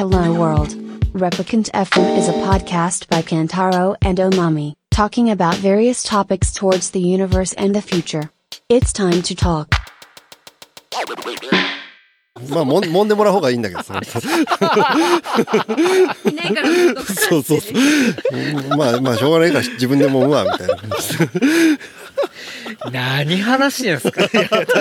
Hello World. Replicant FM is a podcast by Kantaro and Omami, talking about various topics towards the universe and the future. It's time to talk. まあ、揉んでもらう方がいいんだけどさ。 いないからずっとそうそうそう。まあしょうがないから自分で揉むわみたいな。 何話してんすか。い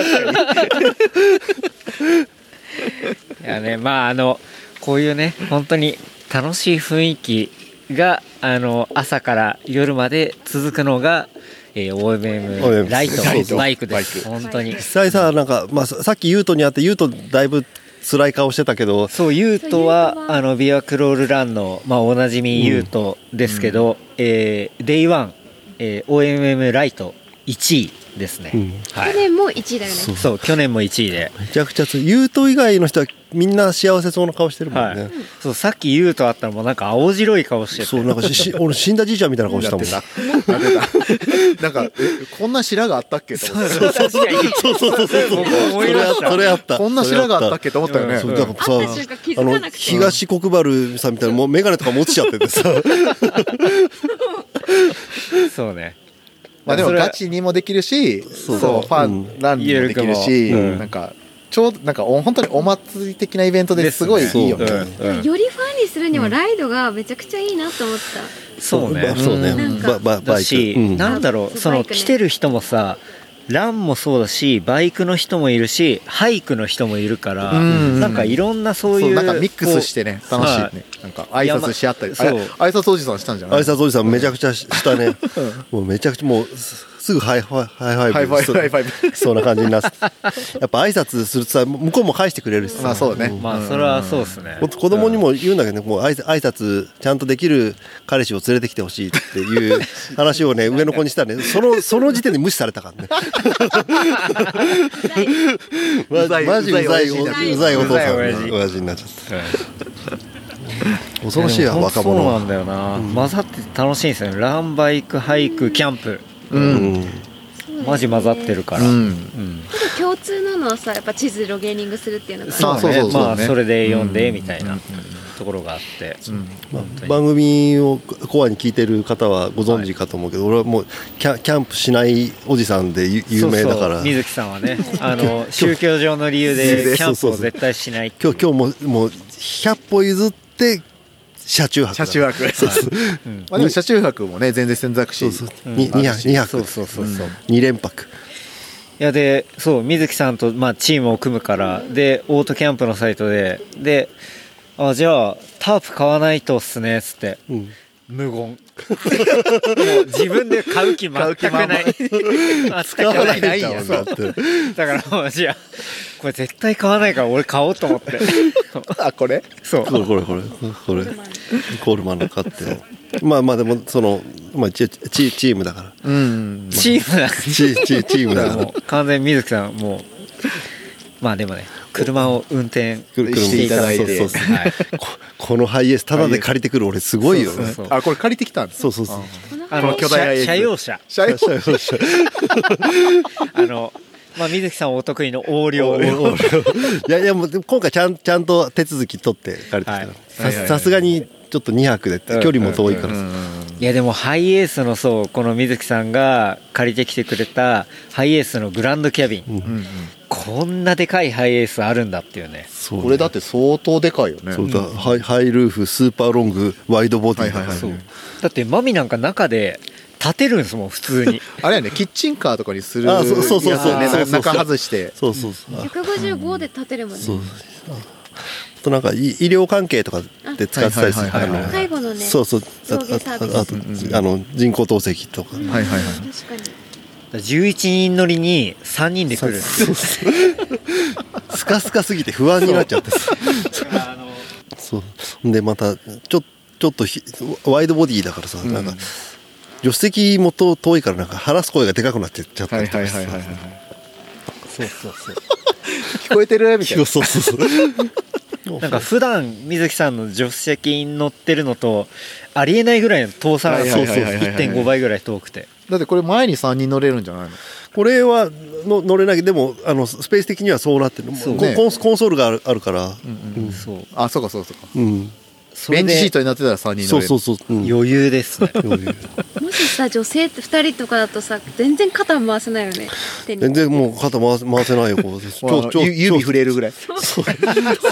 やね、まあこういうね本当に楽しい雰囲気が朝から夜まで続くのが、OMM ライトバイクです。本当に。 実際さ、なんか、まあ、さっきユートに会ってユートだいぶ辛い顔してたけど、 そうユートはビアクロールランの、まあ、おなじみユートですけど、デイワン、OMM ライト1位ですね、 はい、去年も1位だよね。 そう去年も1位でめちゃくちゃユート以外の人はみんな幸せそうな顔してるもんね、はい、 そうさっきユートあったらもうなんか青白い顔してて、 そうなんか俺死んだじいちゃんみたいな顔してたもんなんかこんな白があったっけと思って。 そうそれあったこんな白があったっけと思ったよね。 そうだからさ東国原さんみたいなもう眼鏡とか持ちちゃっててさそうね。 まあでもガチにもできるし、そうファンランにもできるし、なんかちょうどなんか本当にお祭り的なイベントですごいいいよね。 よりファンにするにはライドがめちゃくちゃいいなと思った。 そうね。 バイク。 なんだろう、その来てる人もさ、ランもそうだし、バイクの人もいるし、ハイクの人もいるから、なんかいろんんなそういうなんかミックスしてね楽しいね。なんか挨拶し合ったり、挨拶おじさんしたんじゃない？ 挨拶おじさんめちゃくちゃしたね。もうめちゃくちゃもうすぐハイファイブそんな感じになって、やっぱ挨拶するとさ向こうも返してくれるしさ。 まあそうね。 まあそれはそうですね。 子供にも言うんだけどね、もう挨拶ちゃんとできる彼氏を連れてきてほしいっていう話をね上の子にしたらね、その時点で無視されたからね。マジうざいお父さん親父になっちゃった。恐ろしいわ若者。 そうなんだよな、混ざって楽しいんですよね。ラン、バイク、ハイク、キャンプ、マジ混ざってるから、 共通なのはさ、やっぱ地図ロゲーニングするっていうのがそうね。まあそれで読んでみたいなところがあって、 番組をコアに聞いてる方はご存知かと思うけど、俺はもうキャンプしないおじさんで有名だから。 水木さんはね宗教上の理由でキャンプを絶対しない。 今日もう100歩譲って車中泊。 まあでも車中泊もね全然選択肢 2泊2連泊。 いやでそう水木さんとまあチームを組むからでオートキャンプのサイトでじゃあタープ買わないとっすねっつって、無言。もう自分で買う気全くない。 使わないんだもんだって。だからもうじゃあこれ絶対買わないから俺買おうと思って。 あこれ？ そう。これコールマンの買って。まあでもチームだから。 チームだから。完全に水木さんもうまあでもね。車を運転していただいて、 このハイエースタダで借りてくる俺すごいよね。 あこれ借りてきたんです。 そうこの巨大車用車。まあ水木さんお得意の横領。いやもう今回ちゃんと手続き取って借りてきた。さすがにちょっと2泊で距離も遠いからさ。 いやでもハイエースのこの水木さんが借りてきてくれたハイエースのグランドキャビン、こんなでかいハイエースあるんだっていうね。 これだって相当でかいよね。 そうだ、ハイルーフスーパーロングワイドボディだってマミなんか中で立てるんですもん普通に。 あれやねキッチンカーとかにするやつね、中外して 155で立てるもんね。 となんか医療関係とかで使ってたりする介護のねそう送迎サービス、 あと人工透析とか、 確かに 11人乗りに3人で来る。 スカスカすぎて不安になっちゃってそうでまたちょっとワイドボディだからさ、なんか助手席も遠いからなんか話す声がでかくなってっちゃったりとかさ、 そう聞こえてるみたいな。 そうなんか普段水木さんの助手席に乗ってるのとありえないぐらいの遠さなんですよ。1.5 倍ぐらい遠くて。 だってこれ前に3人乗れるんじゃないの？ これはの乗れないけど、でもスペース的にはそうなってる、ね、コンソールがあるから、 そう、あ、そうかそうか、 ベンチシートになってたら3人乗れる。 そう、 余裕ですね。余裕。 もしさ女性って2人とかだとさ全然肩回せないよね。 全然もう肩回せないよ。こう指触れるぐらい。 そうなんか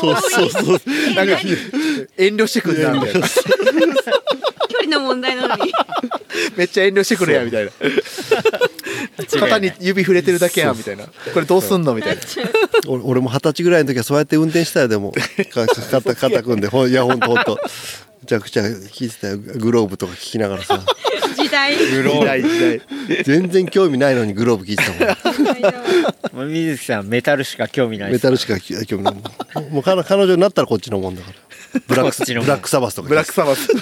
遠慮してくんなみたいな。 距離の問題なのにめっちゃ遠慮してくれやみたいな。肩に指触れてるだけやみたいな。これどうすんのみたいな。 俺も20歳ぐらいの時はそうやって運転したよ。でも肩組んで、いやほんとめちゃくちゃ聴いてたよ。グローブとか聴きながらさ。 時代全然興味ないのにグローブ聴いてたもん。 水木さんメタルしか興味ない。 メタルしか興味ない。もう彼女になったらこっちのもんだから。ブラックサバスとか。 ブラックサバス。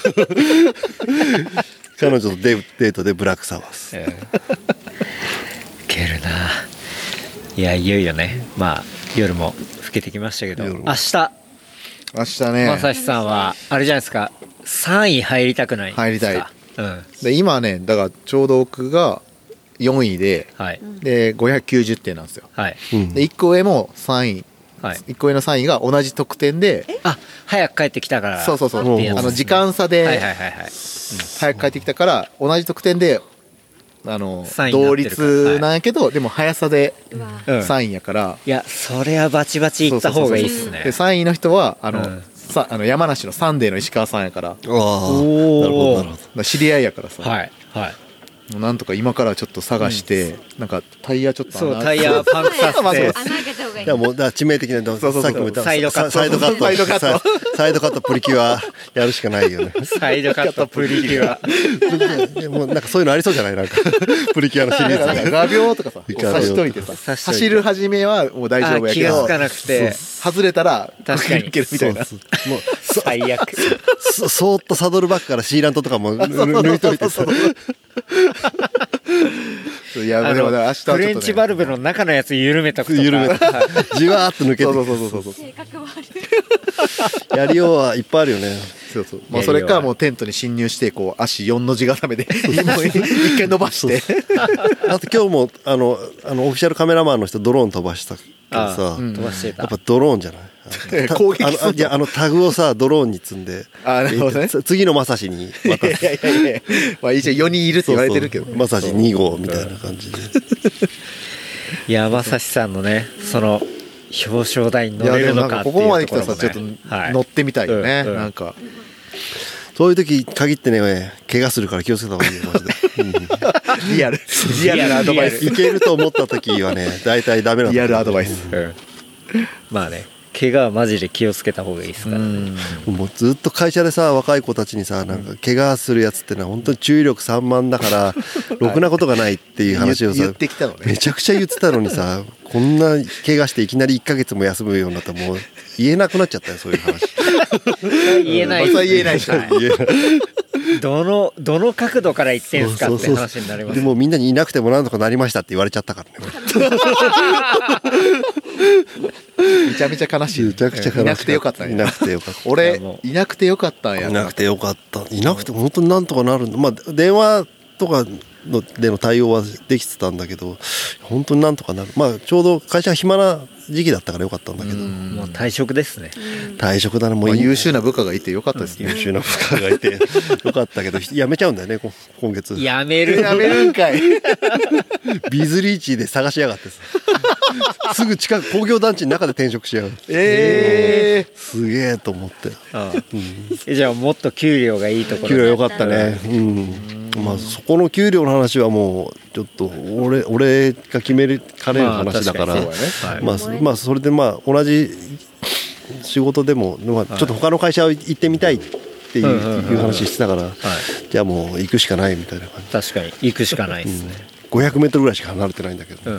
彼女とデートでブラックサバス。 ウケるな。いやいよいよね。まあ夜も更けてきましたけど、明日ね、まさしさんはあれじゃないですか、3位入りたくないですか？ 入りたい。で今ね、だからちょうど僕が4位で、で590点なんですよ。で1個上も3位。1個上の3位が同じ得点で、 早く帰ってきたから、 そう時間差で早く帰ってきたから同じ得点で同率なんやけど、でも速さで3位やから、 いやそれはバチバチいった方がいいっすね。 で3位の人は山梨のサンデーの石川さんやから、なるほど、知り合いやからさ、なんとか今からちょっと探して、なんかタイヤちょっとタイヤパンクさせて、 いやもう致命的な、さっきも言ったサイドカットプリキュアやるしかないよね。 サイドカットプリキュアもうなんかそういうのありそうじゃない？なんかプリキュアのシリーズで画鋲とかさ差しといてさ、走る始めはもう大丈夫やけど、 気がつかなくて外れたら確かにいけるみたいな。 もう最悪。 そーっとサドルバッグからシーラントとかも抜いといてさ。 いやでも明日フレンチバルブの中のやつ緩めたことか、 じわーっと抜けて、 性格悪い。やりようはいっぱいあるよね。 まあそれかもうテントに侵入してこう足4の字固めで一回伸ばして。 あと今日もオフィシャルカメラマンの人ドローン飛ばしたけどさ、 飛ばしてた。 やっぱドローンじゃない？ 攻撃するいやタグをさドローンに積んで、次のまさしに渡す。 いやまあ一応4人いるって言われてるけど、 まさし2号みたいな感じで。 いやまさしさんのね、その表彰台に乗れるのかっていうところもね、 ここまで来たらさちょっと乗ってみたいよね。なんかそういう時限ってね、怪我するから気をつけた方がいいよマジで。 リアルなアドバイス。 いけると思った時はね、大体ダメなんだ。 リアルアドバイス。 まあね、怪我はマジで気をつけた方がいいですからね。 もうずっと会社でさ、若い子たちにさ、なんか怪我するやつってのは本当に注意力散漫だからろくなことがないっていう話をさ、 言ってきたのね。 めちゃくちゃ言ってたのにさ、こんな怪我していきなり1ヶ月も休むようになったらもう言えなくなっちゃったよ、そういう話。 言えない。 言えないし。 どの角度から言ってんすかって話になります。 でもみんなにいなくてもなんとかなりましたって言われちゃったからね。 めちゃめちゃ悲しい。 めちゃくちゃ悲しい。 いなくてよかったんや。 いなくてよかった。 俺いなくてよかったんや。 いなくてよかった。いなくて本当になんとかなるんだ。まあ電話とかでの対応はできてたんだけど、本当になんとかなる。まあちょうど会社が暇な時期だったからよかったんだけど、 もう退職ですね。 退職だね。もう優秀な部下がいてよかったですね。 優秀な部下がいてよかったけど辞めちゃうんだよね、今月。 辞めるんかい。 ビズリーチで探しやがってさ、すぐ近く工業団地の中で転職しやがる。すげえと思って。 じゃあもっと給料がいいところ。 給料良かったね。まあそこの給料の話はもうちょっと俺が決めかねる話だから、まあそれでまあ同じ仕事でもちょっと他の会社行ってみたいっていう話してたから、じゃあもう行くしかないみたいな感じ。 確かに行くしかないですね。 500メートルぐらいしか離れてないんだけど。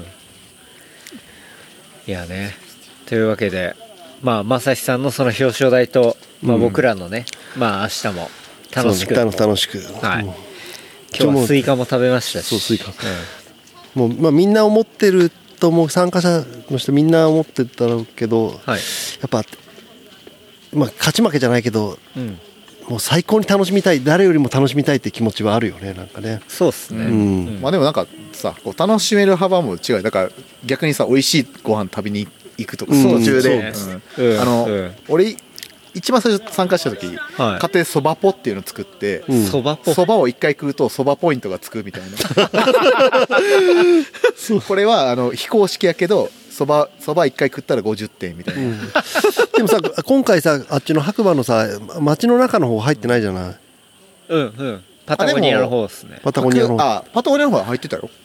いやね、というわけでまあ正志さんのその表彰台と、まあ僕らのね、まあ明日も楽しく、 楽しく、 はい、今日はスイカも食べましたし、 そうスイカ、もうまあみんな思ってると思う、参加者の人みんな思ってたろうけど、やっぱまあ勝ち負けじゃないけど、 もう最高に楽しみたい、誰よりも楽しみたいって気持ちはあるよね、なんかね。 そうっすね、 まあでもなんかさ、こう楽しめる幅も違う。だから逆にさ、美味しいご飯食べに行くとか、途中で、俺一番最初参加した時、家庭そばポっていうのを作って、そばを一回食うとそばポイントがつくみたいなこれは非公式やけどそば一回食ったら50点みたいな、 でもさ、今回さ、あっちの白馬のさ、街の中の方入ってないじゃない。 パタゴニアの方ですね。 パタゴニアの方、 パタゴニアの方は入ってたよ。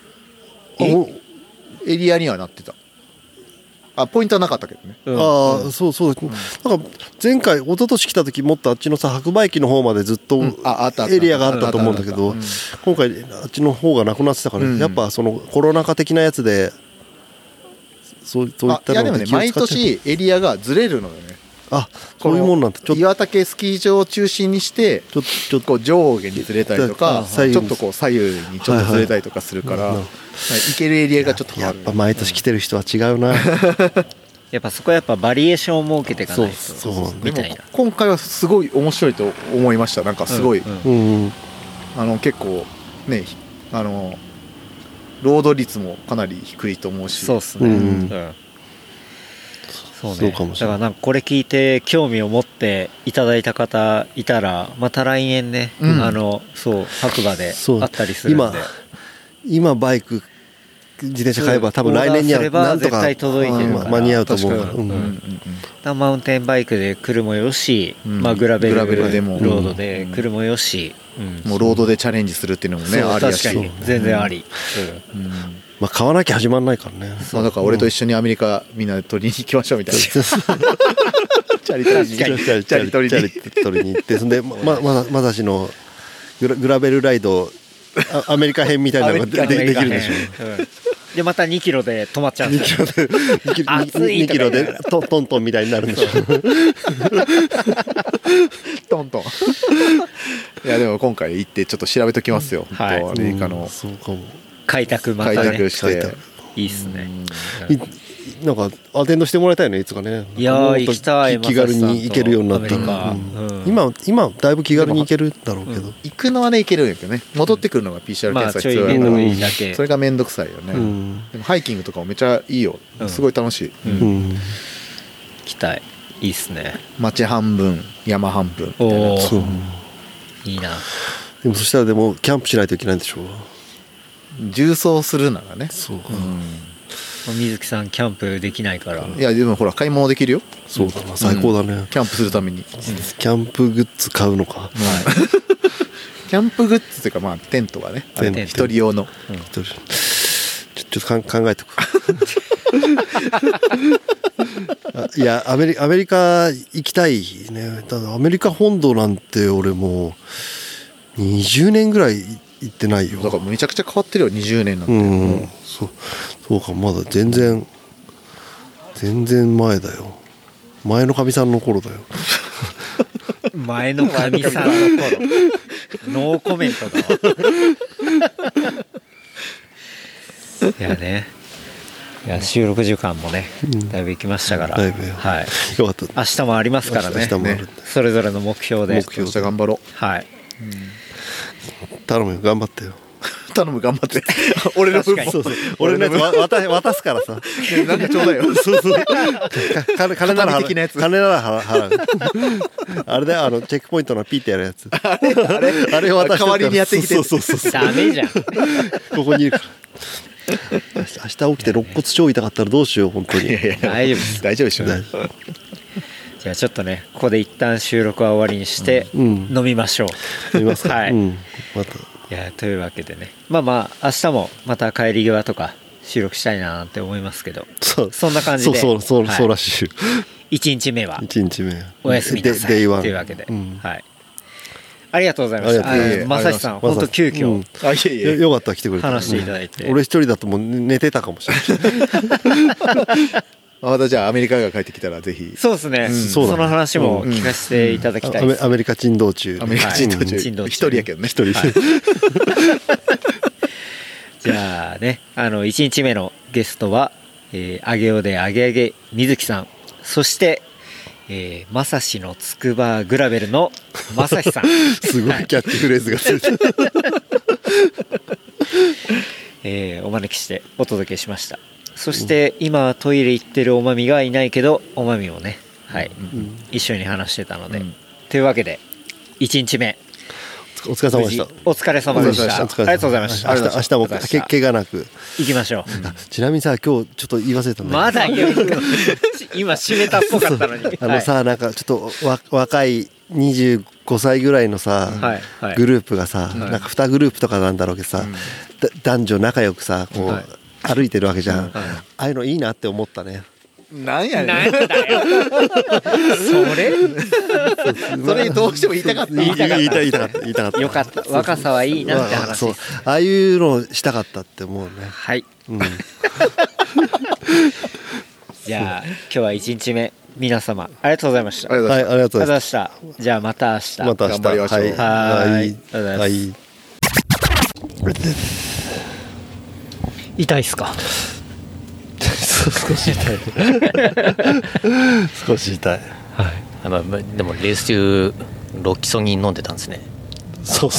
エリアにはなってた。ポイントはなかったけどね。 そうなんか前回一昨年来た時もっとあっちのさ、白馬駅の方までずっとエリアがあったと思うんだけど、今回あっちの方がなくなってたから、やっぱそのコロナ禍的なやつでそういったので、 いやでもね、毎年エリアがずれるのよね。 そういうもんなんだ。 岩岳スキー場を中心にしてちょっと上下にずれたりとか、ちょっとこう左右にちょっとずれたりとかするから、行けるエリアがちょっと変わる。 やっぱ毎年来てる人は違うな。 やっぱそこはやっぱバリエーションを設けていかないと。 そうでも今回はすごい面白いと思いました。なんかすごい、結構ね、ロード率もかなり低いと思うし。 そうっすね。そうね、だからなんかこれ聞いて興味を持っていただいた方いたら、また来年ね、そう白馬であったりするんで、 今バイク自転車買えば多分来年にはなんとか届いてるから間に合うと思うから、マウンテンバイクで来るもよし、グラベルでもロードで来るもよし、 もうロードでチャレンジするっていうのもね、ありやし、 全然あり。 買わなきゃ始まんないからね。 だから俺と一緒にアメリカみんなで取りに行きましょうみたいな。チャリ取りに行って、そんでまさしのグラベルライドアメリカ編みたいなのができるんでしょ。 でまた2キロで止まっちゃうんですよ。 2キロでトントンみたいになるんでしょ。 トントン。いやでも今回行ってちょっと調べときますよ。アメリカの。 そうかも。 開拓またね。 開拓していいっすね。 なんかアテンドしてもらいたいね、いつかね。 いやー行きたい。 気軽に行けるようになったら。今だいぶ気軽に行けるだろうけど。 行くのはね行けるんやけどね。戻ってくるのが PCR 検査必要やから。それがめんどくさいよね。でもハイキングとかもめっちゃいいよ。すごい楽しい。 行きたい。いいっすね。 街半分、山半分。 いいな。 でもそしたらでもキャンプしないといけないんでしょう。 重装するならね。 そうか。 水木さんキャンプできないから。 いやでもほら買い物できるよ。 そうだな、最高だね。 キャンプするために。 キャンプグッズ買うのか。 キャンプグッズっていうかテントがね、一人用の。 ちょっと考えておく。いやアメリカ行きたいね。ただアメリカ本土なんて俺もう20年ぐらい行ってないよ。 だからめちゃくちゃ変わってるよ、20年なんて。 そうか、まだ全然前だよ。前のかみさんの頃だよ。 前のかみさんの頃ノーコメントだわ。いやね、いや収録時間もねだいぶ行きましたから、よかった。明日もありますからね。それぞれの目標で明日頑張ろう。 頼むよ、頑張ってよ。 頼む、頑張って。俺の分も。 俺のやつ渡すからさ。 なんかちょうだいよ。 金なら払う。あれだよ、チェックポイントのピーってやるやつ。あれを渡して代わりにやってきて。 ダメじゃん。 ここにいるから。明日起きて肋骨超痛かったらどうしよう、本当に。 大丈夫です。 大丈夫でしょ。 じゃあちょっとね、ここで一旦収録は終わりにして飲みましょう。 飲みますか。 はい。 また。 いや、というわけでね、まあ明日もまた帰り際とか収録したいなって思いますけど、そんな感じで。 そうらしい。1日目はおやすみなさいというわけで、はい。ありがとうございました。まさしさん、本当急遽よかった、来てくれて話していただいて。 俺一人だともう寝てたかもしれない。 またじゃあアメリカが帰ってきたらぜひ。 そうですね。その話も聞かせていただきたいです。 アメリカ珍道中。 一人やけどね。 一人。 じゃあね、1日目のゲストは、あげおであげあげ水木さん、そして、 まさしのつくばグラベルのまさしさんすごいキャッチフレーズがついてるお招きしてお届けしました。そして今トイレ行ってるおまみがいないけど、おまみもね、はい、一緒に話してたので、というわけで1日目お疲れ様でした。 お疲れ様でした。ありがとうございました。 明日も怪我なく行きましょう。 ちなみにさ、今日ちょっと言い忘れたんだけど、 まだ言う今締めたっぽかったのにさ、なんかちょっと若い25歳ぐらいのさ、グループがさ、なんか2グループとかなんだろうけどさ、男女仲良くさこう歩いてるわけじゃん。ああいうのいいなって思ったね。 なんやねん。 なんだよそれどうしても言いたかった。 言いたかった。 よかった。若さはいいなって話。 そう、ああいうのをしたかったって思うね。 はい、じゃあ今日は1日目、皆様ありがとうございました。 はい、ありがとうございました。 じゃあまた明日頑張りましょう。はい。 痛いっすか？ 少し痛い少し痛い。 はい。でもレース中ロキソニン飲んでたんですね。 そう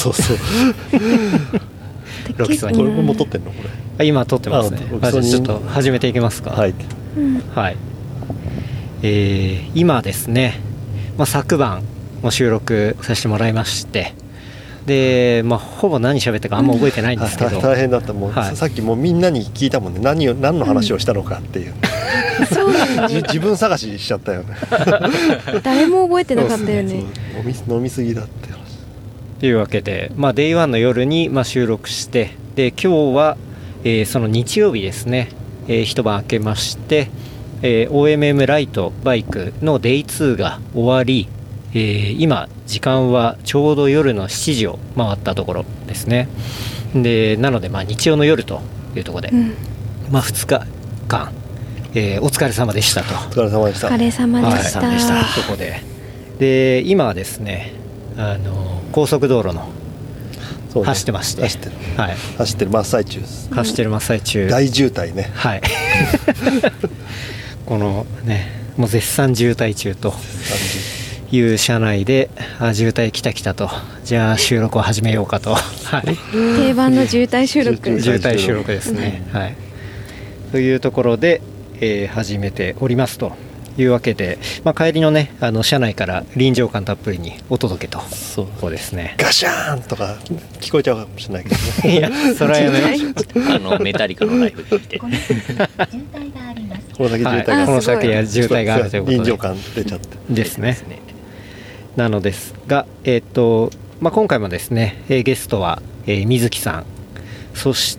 ロキソニン。 これも撮ってんのこれ？ 今撮ってますね。じゃあちょっと始めていきますか。はい。はい。今ですね、昨晩も収録させてもらいまして、でほぼ何喋ったかあんま覚えてないんですけど、 大変だった。もう、さっきもうみんなに聞いたもんね、何の話をしたのかっていう、 そうだね、 自分探ししちゃったよね誰も覚えてなかったよね。 飲みすぎだって話というわけで、デイ1の夜に収録して、で今日は、その日曜日ですね、一晩明けまして、OMM ライトバイクのデイ2が終わり、今時間はちょうど夜の7時を回ったところですね。でなので日曜の夜というところで、2日間、お疲れ様でしたと。 お疲れ様でした。 お疲れ様でした。 そこで今はですね、高速道路の走ってまして、走ってる真っ最中です。 走ってる真っ最中、 大渋滞ね。 はいこのね、もう絶賛渋滞中という車内で、渋滞来たと、じゃあ収録を始めようかと、 定番の渋滞収録ですね。というところで、始めておりますというわけで、帰りのね、車内から臨場感たっぷりにお届けと。そうですね。 ガシャーンとか聞こえちゃうかもしれないけどね。 いや、それはやめましょう。メタリカのライブ聞いてこの先渋滞があるということで、 臨場感出ちゃってですね。なのですが、今回もですね、ゲストは、水木さん、そして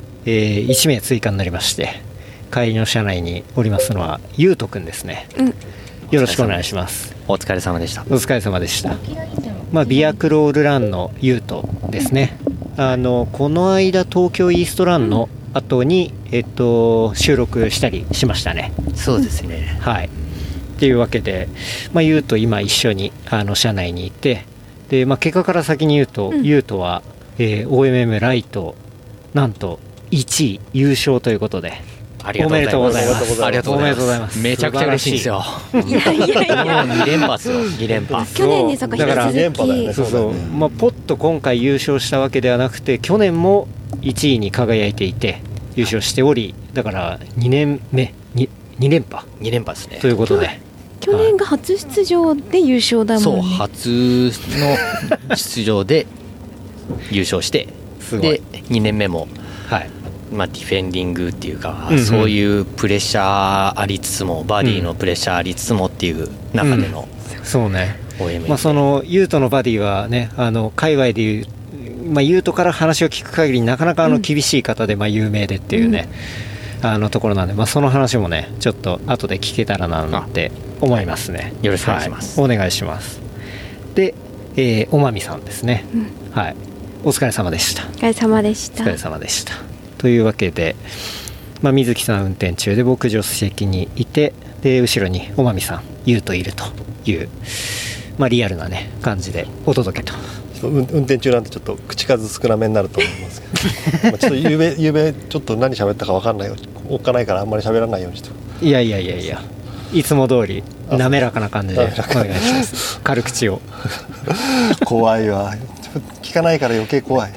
、1名追加になりまして、帰りの車内におりますのはゆうとくんですね。よろしくお願いします。 お疲れ様でした。 お疲れ様でした。ビアクロールランのゆうとですね。この間東京イーストランの後に、収録したりしましたね。 そうですね。 はい。っていうわけで、ゆうと今一緒に車内にいて、で、結果から先に言うと、ゆうとは、OMM ライトなんと1位優勝ということで、おめでとうございます。 ありがとうございます。めちゃくちゃ嬉しいんですよ。 いや 2連覇ですよ。2連覇。 去年にそこ引き続き、 ポッと今回優勝したわけではなくて、去年も1位に輝いていて優勝しており、だから2年目2連覇ですね。 ということで、 去年が初出場で優勝だもんね。 そう、初の出場で優勝してで2年目も、ディフェンディングっていうか、そういうプレッシャーありつつも、バディのプレッシャーありつつもっていう中での、 そうね。そのユートのバディはね、界隈でいう、ユートから話を聞く限りなかなか厳しい方で、有名でっていうね、ところなんで、その話もねちょっと後で聞けたらなって思いますね。 よろしくお願いします。 お願いします。で、おまみさんですね。お疲れ様でした。 お疲れ様でした。 お疲れ様でした。というわけで、水木さん運転中で僕助手席にいて、で後ろにおまみさんゆうといるという、リアルなね感じでお届けと。 運転中なんてちょっと口数少なめになると思いますけどちょっとゆうべちょっと何喋ったか分かんないよ、おっかないからあんまり喋らないようにして。 いやいつも通り滑らかな感じでお願いします軽口を怖いわ聞かないから余計怖い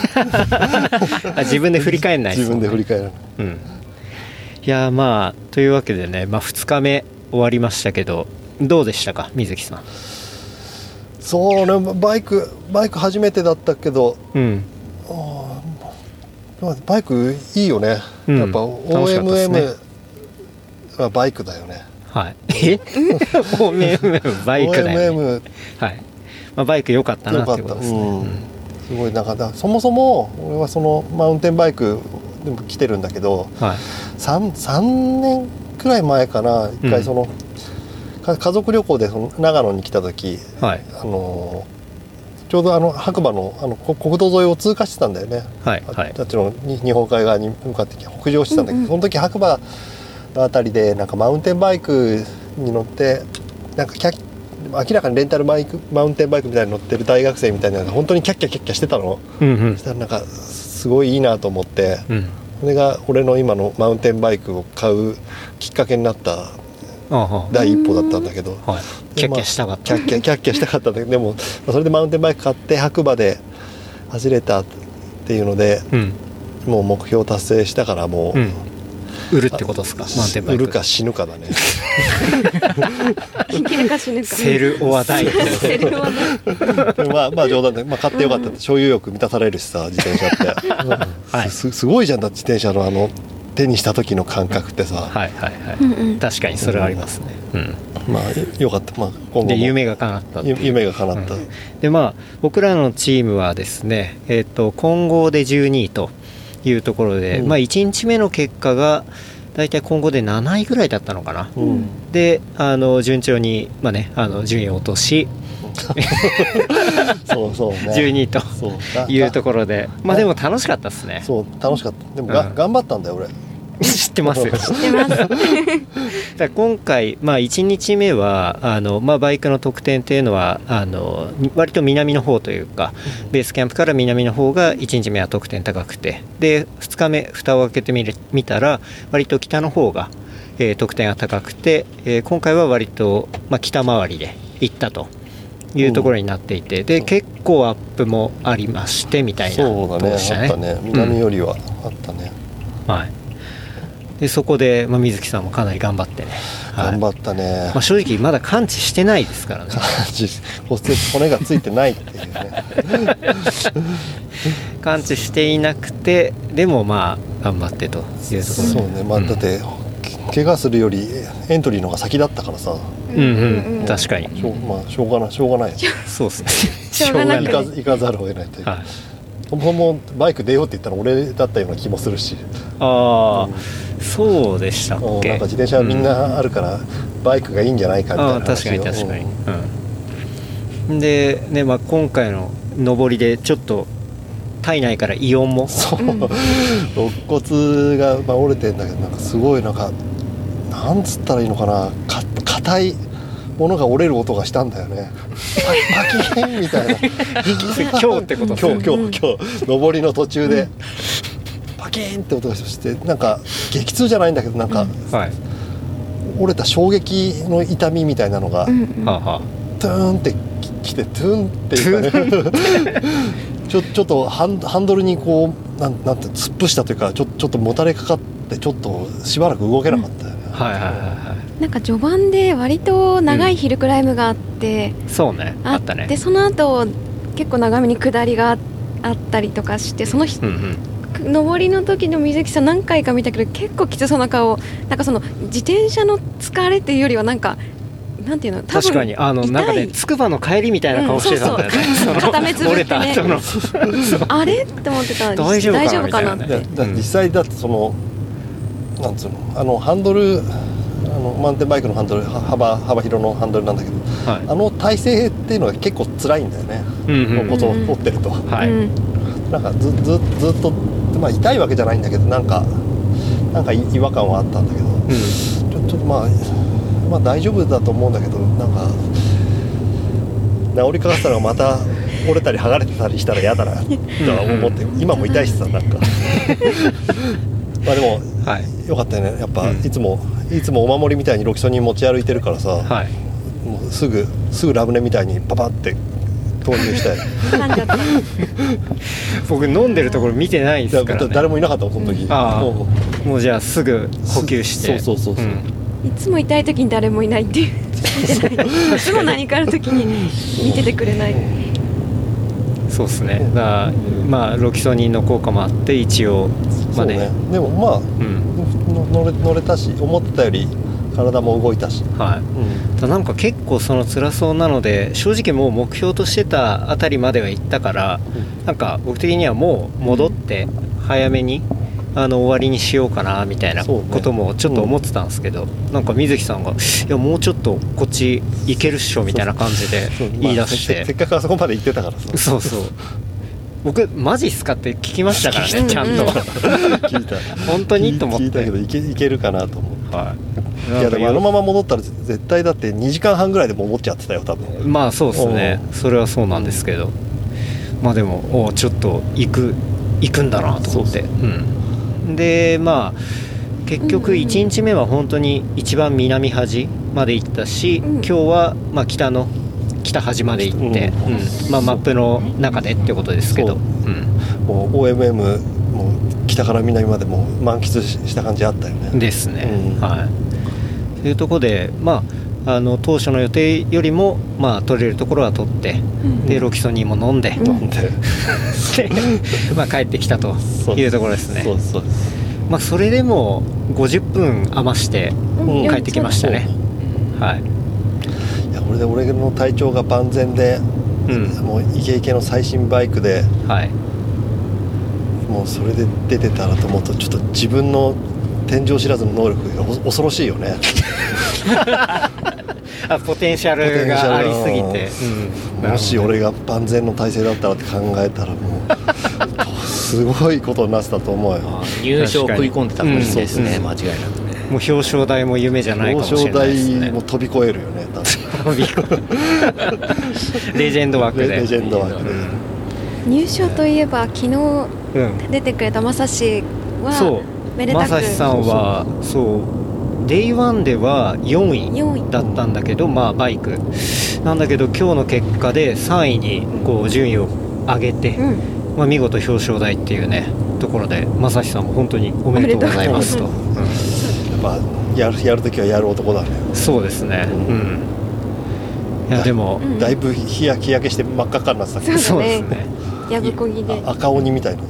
自分で振り返んないですもんね。 自分で振り返る、 うん、いやまあというわけでね、2日目終わりましたけどどうでしたか水木さん。 そうね、バイク初めてだったけど、バイクいいよね、やっぱ OMM はバイクだよね。 はいOMM バイクだよね。OMM、はい、バイク良かったなってことですね。 すごいなんかそもそも俺はそのマウンテンバイクでも来てるんだけど、3年くらい前かな、一回その、家族旅行でその長野に来た時、ちょうど白馬の国道沿いを通過してたんだよね。あっちの日本海側に向かって北上してたんだけど、その時白馬のあたりでなんかマウンテンバイクに乗ってなんか明らかにレンタルマウンテンバイクみたいに乗ってる大学生みたいなのが本当にキャッキャキャッキャしてたの。そしたらなんかすごいいいなと思って、それが俺の今のマウンテンバイクを買うきっかけになった第一歩だったんだけど、 キャッキャしたかった、 キャッキャしたかったんだけど、でもそれでマウンテンバイク買って白馬で走れたっていうので、もう目標達成したからもう、 売るってことですか。マウンテンバイク売るか死ぬかだね生きるか死ぬかセルオアダイまあ冗談で、買ってよかったって、所有欲満たされるしさ、自転車って、すごいじゃんだって、自転車の手にした時の感覚ってさ、 確かにそれはありますね。 まあよかった、今後もで夢が叶った。 夢が叶った。 で僕らのチームはですね、混合で12位というところで、1日目の結果がだいたい混合で7位ぐらいだったのかな。で順調に順位を落とし12位というところで、でも楽しかったですね。 そう楽しかった。でも頑張ったんだよ俺。 知ってますよ。知ってます。今回1日目はバイクの得点っていうのは割と南の方というか、ベースキャンプから南の方が1日目は得点高くて、で2日目蓋を開けてみたら割と北の方が得点が高くて、今回は割と北回りで行ったというところになっていて、で結構アップもありましてみたいなところでしたね。 そうだね、あったね、南よりはあったね。 でそこで、水木さんもかなり頑張ってね。 頑張ったね。 正直まだ完治してないですからね。 骨がついてないっていうね完治していなくて、でも頑張ってというところ。 そうね、だって怪我するよりエントリーの方が先だったからさ。 確かに。 しょうがない。 そうですね。 しょうがない。 行かざるを得ないというか。そもそもバイク出ようって言ったら俺だったような気もするし。 そうでしたっけ。 なんか自転車はみんなあるから、バイクがいいんじゃないかみたいな話を。 確かに。でね、今回の上りでちょっと体内からイオンも肋骨が折れてんだけど、なんかすごいなんつったらいいのかな、硬いものが折れる音がしたんだよね。パキーンみたいな。 今日ってことですね。 今日上りの途中でパキーンって音がして、なんか激痛じゃないんだけど、なんか、折れた衝撃の痛みみたいなのが、トゥーンってきて、トゥーンっていうかねちょっとハンドルにこうなんて突っ伏したというか、ちょっともたれかかって、ちょっとしばらく動けなかったよね。 なんか序盤で割と長いヒルクライムがあって、 そうね、あったね。 でその後結構長めに下りがあったりとかして、その上りの時の水木さん何回か見たけど、結構きつそうな顔、なんかその自転車の疲れっていうよりはなんていうの、多分確かになんかね、筑波の帰りみたいな顔してたんだよね。 片目つぶってねあれって思ってた。大丈夫かなって。 実際だってそのなんつうの、ハンドル、マウンテンバイクのハンドル、幅広のハンドルなんだけど、体勢っていうのが結構辛いんだよね。骨を折ってると、なんかずっと、痛いわけじゃないんだけど、なんか違和感はあったんだけど、ちょっと大丈夫だと思うんだけど、なんか治りかかったらまた折れたり剥がれてたりしたら嫌だなとは思って、今も痛いしさ、なんかまあでも、はい、よかったよね。やっぱ、いつもお守りみたいにロキソニン持ち歩いてるからさ、はい、もうすぐラムネみたいにパパって投入したい。 僕飲んでるところ見てないですからね。 誰もいなかったもんその時。 もうじゃあすぐ補給して。 そう、 いつも痛い時に誰もいないっていう。いつも何かある時に見ててくれない。 そうですね。まあロキソニンの効果もあって一応まで、ね、 でもまあ、乗れたし、思ってたより体も動いたし、 はい、なんか結構その辛そうなので、正直もう目標としてたあたりまでは行ったから、なんか僕的にはもう戻って早めに終わりにしようかなみたいなこともちょっと思ってたんですけど、なんか水木さんがいやもうちょっとこっち行けるっしょみたいな感じで言い出して、 せっかくあそこまで行ってたからさ、 そう僕マジっすかって聞きましたからね、ちゃんと聞いた本当にと思って聞いたけどいけるかなと思う。はい、いやでもあのまま戻ったら絶対だって2時間半ぐらいでも戻っちゃってたよ多分。 まあそうですね、それはそうなんですけど、まあでもちょっと行くんだなと思って。でまあ結局1日目は本当に一番南端まで行ったし、今日はまあ北端まで行って、まあ、マップの中でってことですけど、 もう OMM も北から南までも満喫した感じあったよね。 ですね、はい。というところで、まあ、当初の予定よりも、まあ、取れるところは取って、でロキソニンも飲んで、まあ、帰ってきたというところですね。そうまあ、それでも50分余して帰ってきましたね。はい。 俺の体調が万全で、もうイケイケの最新バイクで、はい、もうそれで出てたらと思うとちょっと自分の天井知らずの能力が恐ろしいよね。 ポテンシャルがありすぎて、 もし俺が万全の体制だったらって考えたらもうすごいことになってたと思うよ。 入賞を食い込んでたかもしれないですね、間違いなくね。 もう表彰台も夢じゃないかもしれないですね。 表彰台も飛び越えるよね。 レジェンド枠で。 レジェンド枠で。 入賞といえば昨日出てくれたまさしはめでたく、 まさしさんはそうデイ1では4位だったんだけど、まあバイクなんだけど今日の結果で3位にこう順位を上げて、まあ見事表彰台っていうねところで、まさしさんも本当におめでとうございますと。やっぱやるときはやる男だね。 そうですね。いやでもだいぶ日焼けして真っ赤っかになってたけど。 そうですね。やぶこぎで赤鬼みたいなんです。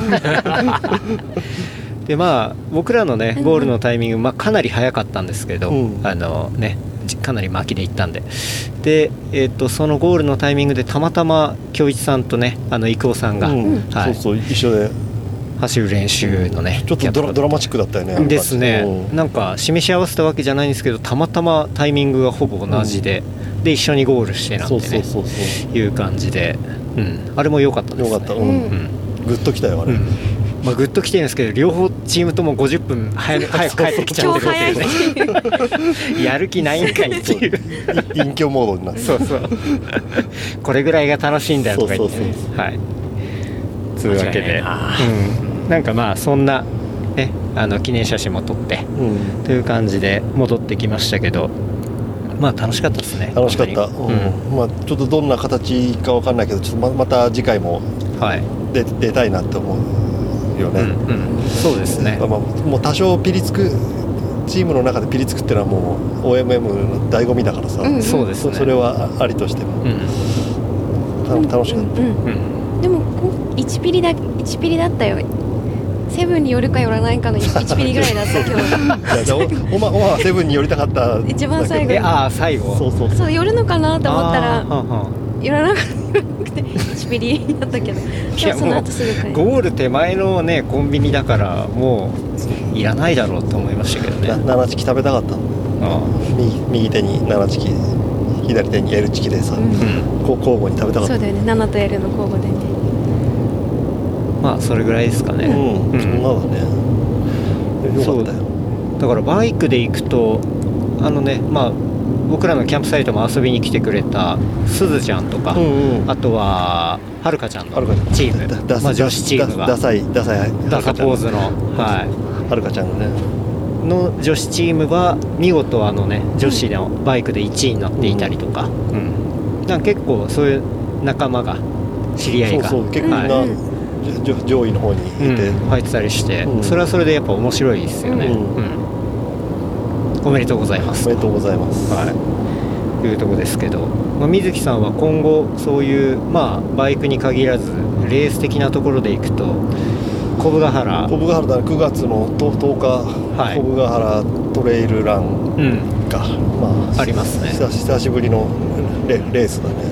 でまあ僕らのねゴールのタイミング、まあ、かなり早かったんですけど、ねかなり巻きで行ったんで、そのゴールのタイミングでたまたま京一さんとね郁夫さんが、 そう一緒で走る練習のね、 ちょっとドラマチックだったよね。 ですね。なんか示し合わせたわけじゃないんですけど、たまたまタイミングがほぼ同じで、で一緒にゴールしてなんてねいう感じで、あれも良かったですね。 良かった。グッときたよあれ。 まあグッときてるんですけど、両方チームとも50分早く帰ってきちゃってるっていうね。やる気ないんかいっていう。 隠居モードになって。 そう。これぐらいが楽しいんだよとか言ってね。はい。というわけで。なんかまあそんな、ね、記念写真も撮って、という感じで戻ってきましたけど、まあ楽しかったですね。 楽しかった。まあちょっとどんな形かわかんないけど、ちょっとまた次回も出たいなって思うよね。 そうですね。 もう多少ピリつくチームの中でピリつくっていうのはもう OMM の醍醐味だからさ。 そうですね。 それはありとしても楽しかった。 でも1ピリだったよ。セブンに寄るか寄らないかの1ピリぐらいだった今日。 おまはセブンに寄りたかった一番最後に。 最後。 そう寄るのかなと思ったら寄らなくて1ピリだったけど。でもその後すぐゴール手前のねコンビニだからもういらないだろうと思いましたけどね。 7チキ食べたかったの。右手に7チキ、左手に L チキでさ、交互に食べたかった。 そうだよね。7と L の交互でね。 まあそれぐらいですかね。 そんなだね。よかったよ。 だからバイクで行くとまあ僕らのキャンプサイトも遊びに来てくれたすずちゃんとか、あとははるかちゃんのチーム、女子チームがダサポーズのはるかちゃんのねの女子チームは見事女子のバイクで1位になっていたりとか、なんか結構そういう仲間が知り合いが結構みんな上位の方にいて入ってたりして、それはそれでやっぱ面白いですよね。おめでとうございます。 おめでとうございます。 いうとこですけど、水木さんは今後そういうバイクに限らずレース的なところでいくと小部ヶ原だ 9月の10日、小部ヶ原トレイルランが、 ありますね。 久しぶりのレースだね。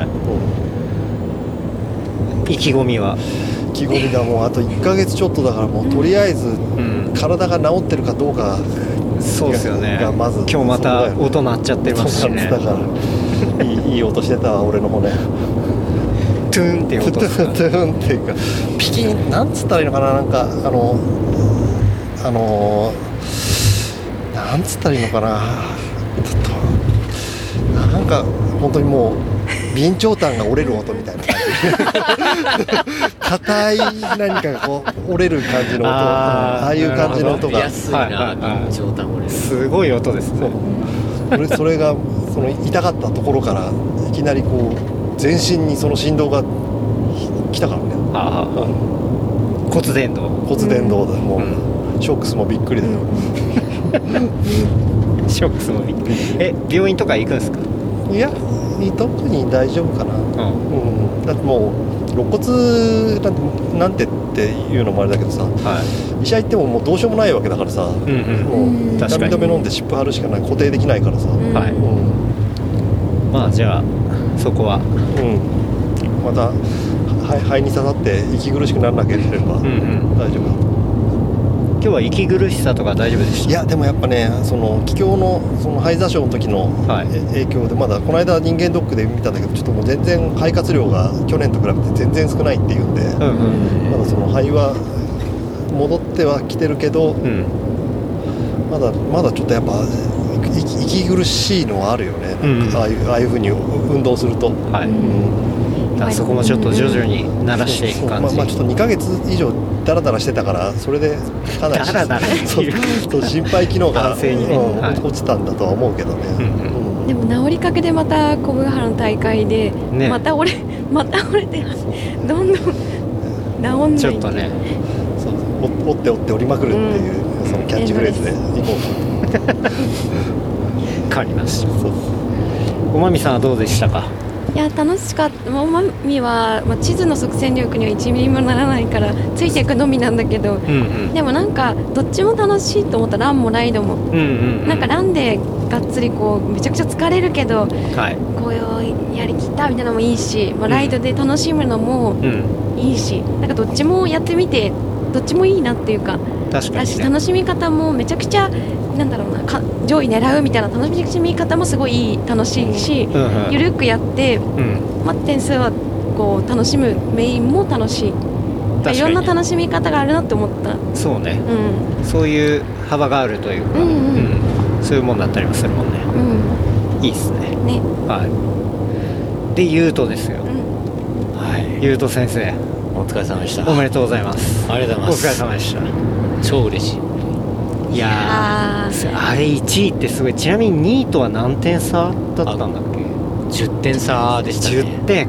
意気込みは？ 意気込みがもうあと1ヶ月ちょっとだから、もうとりあえず体が治ってるかどうか、 そうですよね。 まず今日また音鳴っちゃってますしね。 だからいい音してたわ、俺の骨。 トゥーンっていう音ですか？ トゥーンっていうか、ピキン、なんつったらいいのかな、なんかなんつったらいいのかな、なんか本当にもう備長炭が折れる音みたいな感じ硬い何かがこう折れる感じの音、ああいう感じの音がすごい音ですね。 それがその痛かったところからいきなりこう全身にその振動が来たからね。 骨伝導だ。もうショックスもびっくりだよ。 ショックスもびっくり。病院とか行くんですか？ いや、特に大丈夫かな。だってもう肋骨なんてっていうのもあれだけどさ、医者行ってももうどうしようもないわけだからさ、もう痛み止め飲んで湿布貼るしかない、固定できないからさ。 じゃあそこはまた肺に刺さって息苦しくならなければ大丈夫だ。 今日は息苦しさとか大丈夫でした？ いや、でもやっぱね、その気境のその肺座礁の時の影響で、まだこの間人間ドックで見たんだけど、ちょっともう全然肺活量が去年と比べて全然少ないっていうんで、まだその肺は戻ってはきてるけど、まだちょっとやっぱ息苦しいのはあるよね。ああいう風に運動すると。 そこもちょっと徐々に慣らしていく感じ。 ちょっと2ヶ月以上ダラダラしてたから、それでかなり心肺機能が落ちたんだとは思うけどね。 でも治りかけでまた小部ヶ原の大会で、また折れてどんどん治んないちょっとね、 折って折りまくるっていう、そのキャッチフレーズでいこうと。 分かりました。おまみさんはどうでしたか？ いや、楽しかった。おまみは、地図の即戦力には1ミリもならないからついていくのみなんだけど、でもなんかどっちも楽しいと思った。ランもライドも、なんかランでがっつりこうめちゃくちゃ疲れるけど、こういうやりきったみたいなのもいいし、ライドで楽しむのもいいし、なんかどっちもやってみてどっちもいいなっていうか、 確かにね、 楽しみ方もめちゃくちゃなんだろうな、上位狙うみたいな楽しみ方もすごい楽しいし、ゆるくやって、点数はこう楽しむメインも楽しい。いろんな楽しみ方があるなって思った。 そうね、そういう幅があるというか、そういうもんだったりもするもんね。いいっすね。で、ゆうとですよ。ゆうと先生、 お疲れ様でした。 おめでとうございます。 ありがとうございます。 お疲れ様でした。 超嬉しい。 いやー、あれ1位ってすごい。ちなみに2位とは何点差だったんだっけ ？10点差でしたね。 10点。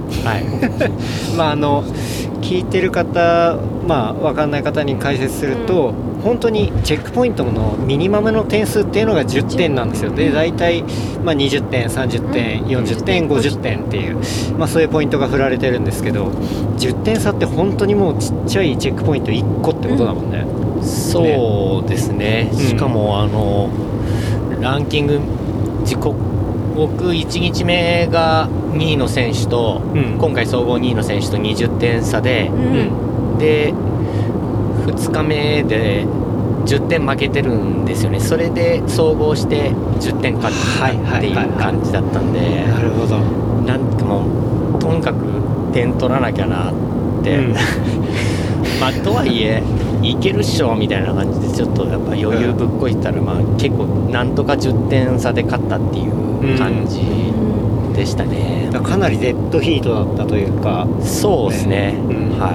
聞いてる方、分かんない方に解説すると、本当にチェックポイントのミニマムの点数っていうのが10点なんですよ。で、大体、20点、30点、40点、50点っていう、そういうポイントが振られてるんですけど、10点差って本当にもうちっちゃいチェックポイント1個ってことだもんね。 そうですね。しかもランキング僕1日目が2位の選手と、今回総合2位の選手と20点差で、で2日目で10点負けてるんですよね。それで総合して10点勝ったっていう感じだったんで、 なるほど。 なんかもうとにかく点取らなきゃなって、とはいえいけるっしょみたいな感じでちょっとやっぱ余裕ぶっこいたら、まあ結構なんとか10点差で勝ったっていう感じでしたね。 かなりデッドヒートだったというか。 そうですね、はい。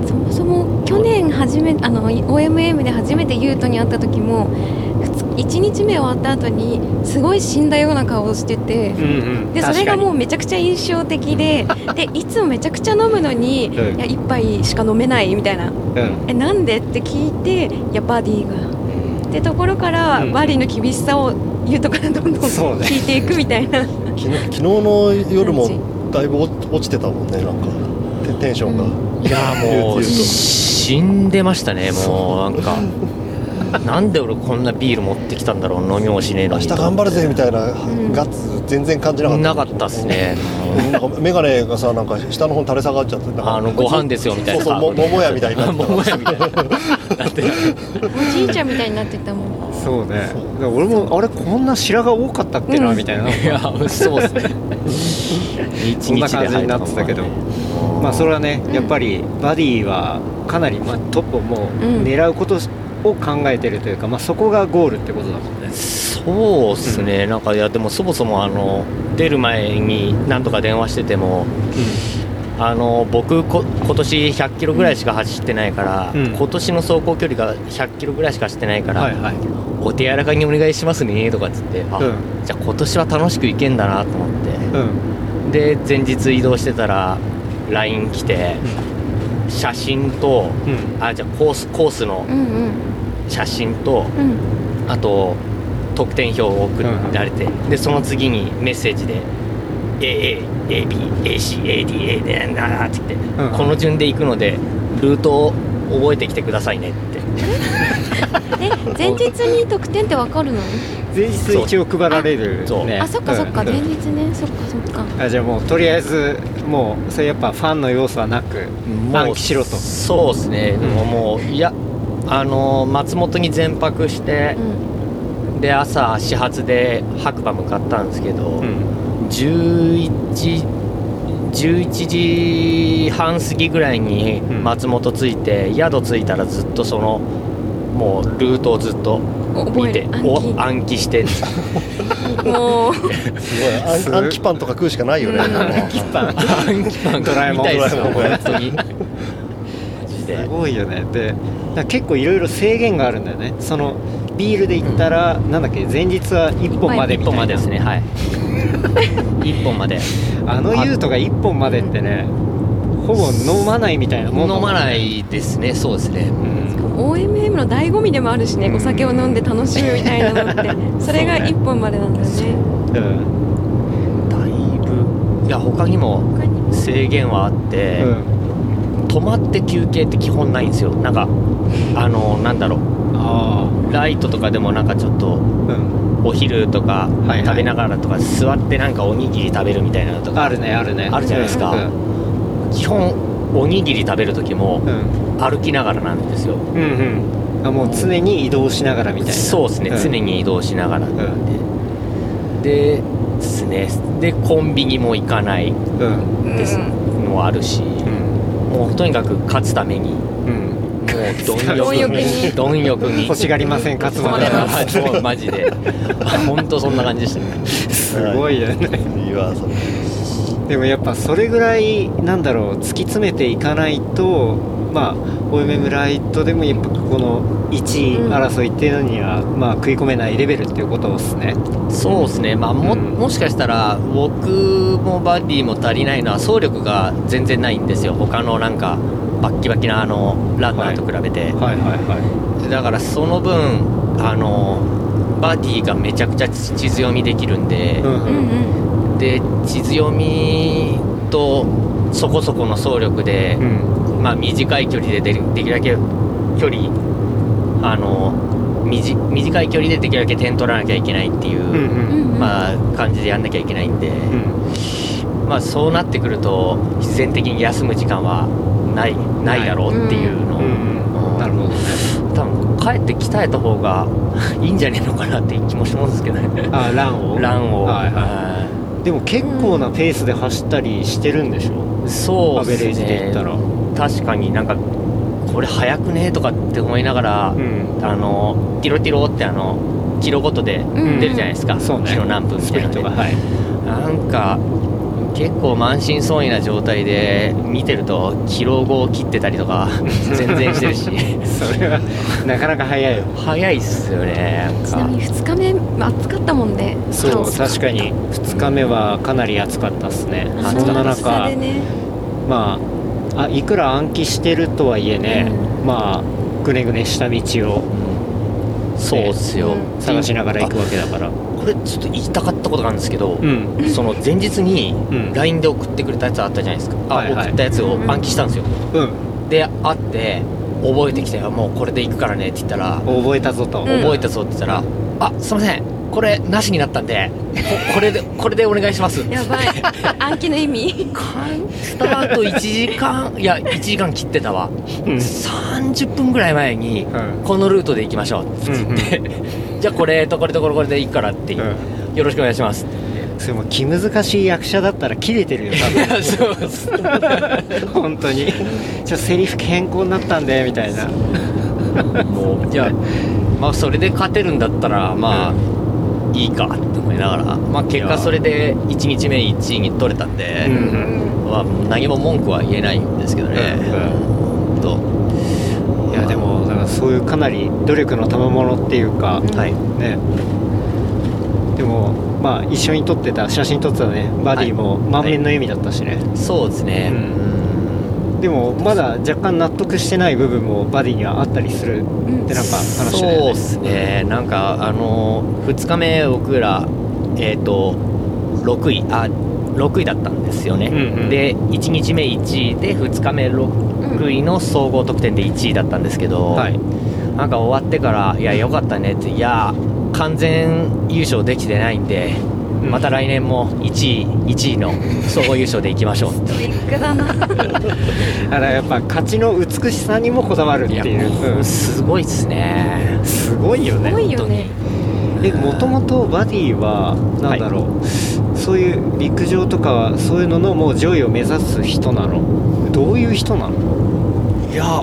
そもそも去年OMM で初めてユートに会った時も1日目終わった後にすごい死んだような顔をしてて、でそれがもうめちゃくちゃ印象的ででいつもめちゃくちゃ飲むのに、いや1杯しか飲めないみたいな、なんでって聞いて、いやバディがってところから、バディの厳しさをユートからどんどん聞いていくみたいな。 昨日の夜もだいぶ落ちてたもんね、なんかテンションが、 いやもう死んでましたね。もうなんかなんで俺こんなビール持ってきたんだろう、飲みもしねえのに、 明日頑張るぜみたいなガッツ全然感じなかった。 なかったっすね。 なんかメガネがさ、なんか下の方に垂れ下がっちゃって、 ご飯ですよみたいな、 そうそう桃屋みたいになってた桃屋みたいなおじいちゃんみたいになってたもん。 そうね、俺もあれこんな白髪多かったっけなみたいな、 いやそうですねそんな感じになってたけど、まあそれはね、やっぱりバディはかなりトップをもう狙うことを考えてるというか、まあそこがゴールってことだもんね。 そうですね、なんかいやでもそもそも出る前に何とか電話してても、僕今年100キロぐらいしか走ってないから、今年の走行距離が100キロぐらいしか走ってないから、お手柔らかにお願いしますねとかっつって、じゃあ今年は楽しく行けんだなと思って、で前日移動してたら LINE 来て、写真と、じゃあコースの写真と、あと得点表を送られて、でその次にメッセージでAAABACADA でなんだって言って、この順で行くのでルートを覚えてきてくださいねって前日に得点って分かるの？ 前日一応配られるね。 そっかそっか、前日ね、そっかそっか。 じゃあもうとりあえずもうそれやっぱファンの要素はなく暗記しろと。 そうですね、でももういや松本に全泊して、で朝始発で白馬向かったんですけど、11時半過ぎぐらいに松本着いて、宿着いたらずっとそのもうルートをずっと見て暗記してもうすごい暗記パンとか食うしかないよね。 暗記パンドラえもんみたいですよ本当に。 すごいよね。で結構いろいろ制限があるんだよね。そのビールで言ったら、なんだっけ、前日は1本までみたいな。1本までですね、はい1本まで。 ユートが1本までってね、ほぼ飲まないみたいなもんだもんね。 飲まないですね、そうですね。 OMM の醍醐味でもあるしね、お酒を飲んで楽しむみたいなのってそれが1本までなんだよね。 だいぶ、いや他にも制限はあって、止まって休憩って基本ないんですよ。なんかなんだろう、ライトとかでもなんかちょっと、お昼とか食べながらとか座ってなんかおにぎり食べるみたいなのとかあるねあるじゃないですか。基本おにぎり食べる時も歩きながらなんですよ。 もう常に移動しながらみたいな。 そうですね、常に移動しながらでですね。でコンビニも行かないですもあるし、もうとにかく勝つために、貪欲に欲しがりません、勝つまでは。 もうマジで本当そんな感じでしたね。 すごいよね。 いいわそれ。 でもやっぱそれぐらいなんだろう、突き詰めていかないと、まあ OMM ライトでもやっぱこの1位争いっていうのには、まあ食い込めないレベルっていうことですね。 そうですね、まあもしかしたら僕もバディも足りないのは走力が全然ないんですよ。他のなんかバッキバキなランナーと比べて、だからその分バディがめちゃくちゃ地図読みできるんで、で地図読みとそこそこの走力で、まあ短い距離でできるだけ距離短い距離でできるだけ点取らなきゃいけないっていう、まあ感じでやんなきゃいけないんで、まあそうなってくると必然的に休む時間はないだろうっていうのを、 なるほどね。 多分帰って鍛えた方がいいんじゃねえのかなっていう気もしますけどね。 ランを、でも結構なペースで走ったりしてるんでしょ。 そうですね、 アベレージで言ったら確かになんかこれ速くねとかって思いながら、ティロティロってキロごとで出るじゃないですか、キロ何分みたいなので、なんか結構満身創痍な状態で見てるとキロ5を切ってたりとか全然してるしそれはなかなか早いよ。 早いっすよね。 ちなみに2日目暑かったもんね。 そう確かに2日目はかなり暑かったっすね。そんな中、まあいくら暗記してるとはいえね、まあぐねぐねした道を、 そうっすよ、 探しながら行くわけだから。 これちょっと言いたかったことがあるんですけど、その前日に LINE で送ってくれたやつあったじゃないですか、送ったやつを暗記したんですよ、で会って覚えてきて、もうこれで行くからねって言ったら、 覚えたぞって言ったら、すいませんこれなしになったんでこれでお願いします。 やばい暗記の意味スタート1時間1時間切ってたわ、30分ぐらい前にこのルートで行きましょうって言って、じゃあこれとこれとこれで行くからってよろしくお願いしますって。 それも気難しい役者だったらキレてるよ多分。 そうです本当にセリフ変更になったんでみたいなもうじゃあまあそれで勝てるんだったらまあいいかって思いながら、まあ結果それで1日目1位に取れたんで、まあ何も文句は言えないんですけどね。 いやでもだからそういうかなり努力の賜物っていうか、ね。でもまあ一緒に撮ってた写真撮ってたねバディも満面の笑みだったしね。 そうですね。 でもまだ若干納得してない部分もバディにはあったりするってなんか話だよね。 そうですね。なんか2日目僕ら6位だったんですよね。で1日目1位で2日目6位の総合得点で1位だったんですけど、なんか終わってからいや良かったねって、いや完全優勝できてないんで。また来年も1位の総合優勝でいきましょう。 ストイックだな。 だからやっぱ勝ちの美しさにもこだわるっていう。 すごいっすね。 すごいよね。 すごいよね。 もともとバディはなんだろう、そういう陸上とかはそういうののもう上位を目指す人なの？どういう人なの？ いや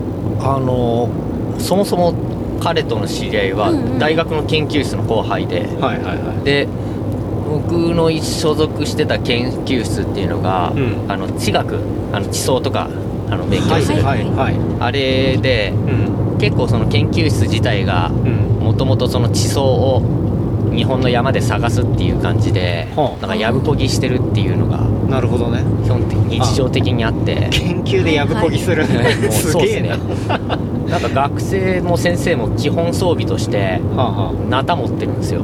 そもそも彼との知り合いは大学の研究室の後輩で、で僕の所属してた研究室っていうのが、地学地層とか勉強する、あれで、結構その研究室自体がもともとその地層を日本の山で探すっていう感じで、なんかやぶこぎしてるっていうのがなるほどね、 基本的に日常的にあって、 研究でやぶこぎする、すげえな。 なんか学生も先生も基本装備としてナタ持ってるんですよ。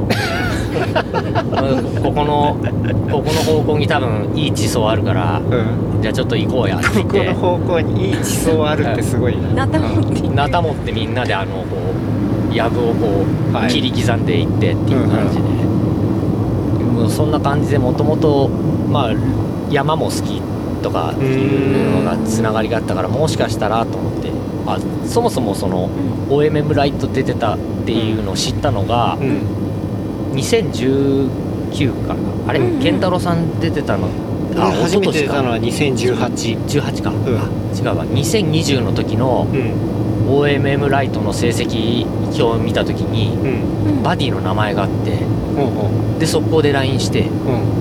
ここの方向に多分いい地層あるから、じゃあちょっと行こうやって言って、 ここの方向にいい地層あるってすごいな。 ナタ持ってみんなでこう藪をこう切り刻んでいってっていう感じで、もうそんな感じでもともとまあ山も好きとかっていうのがつながりがあったから、もしかしたらと思って、そもそもその OMM ライト出てたっていうのを知ったのが、2019かな、あれ、健太郎さん出てたの、 初めて出たのは 2018か、違うわ、2020の時の OMM ライトの成績表を見た時に、バディの名前があって、で速攻で LINE して、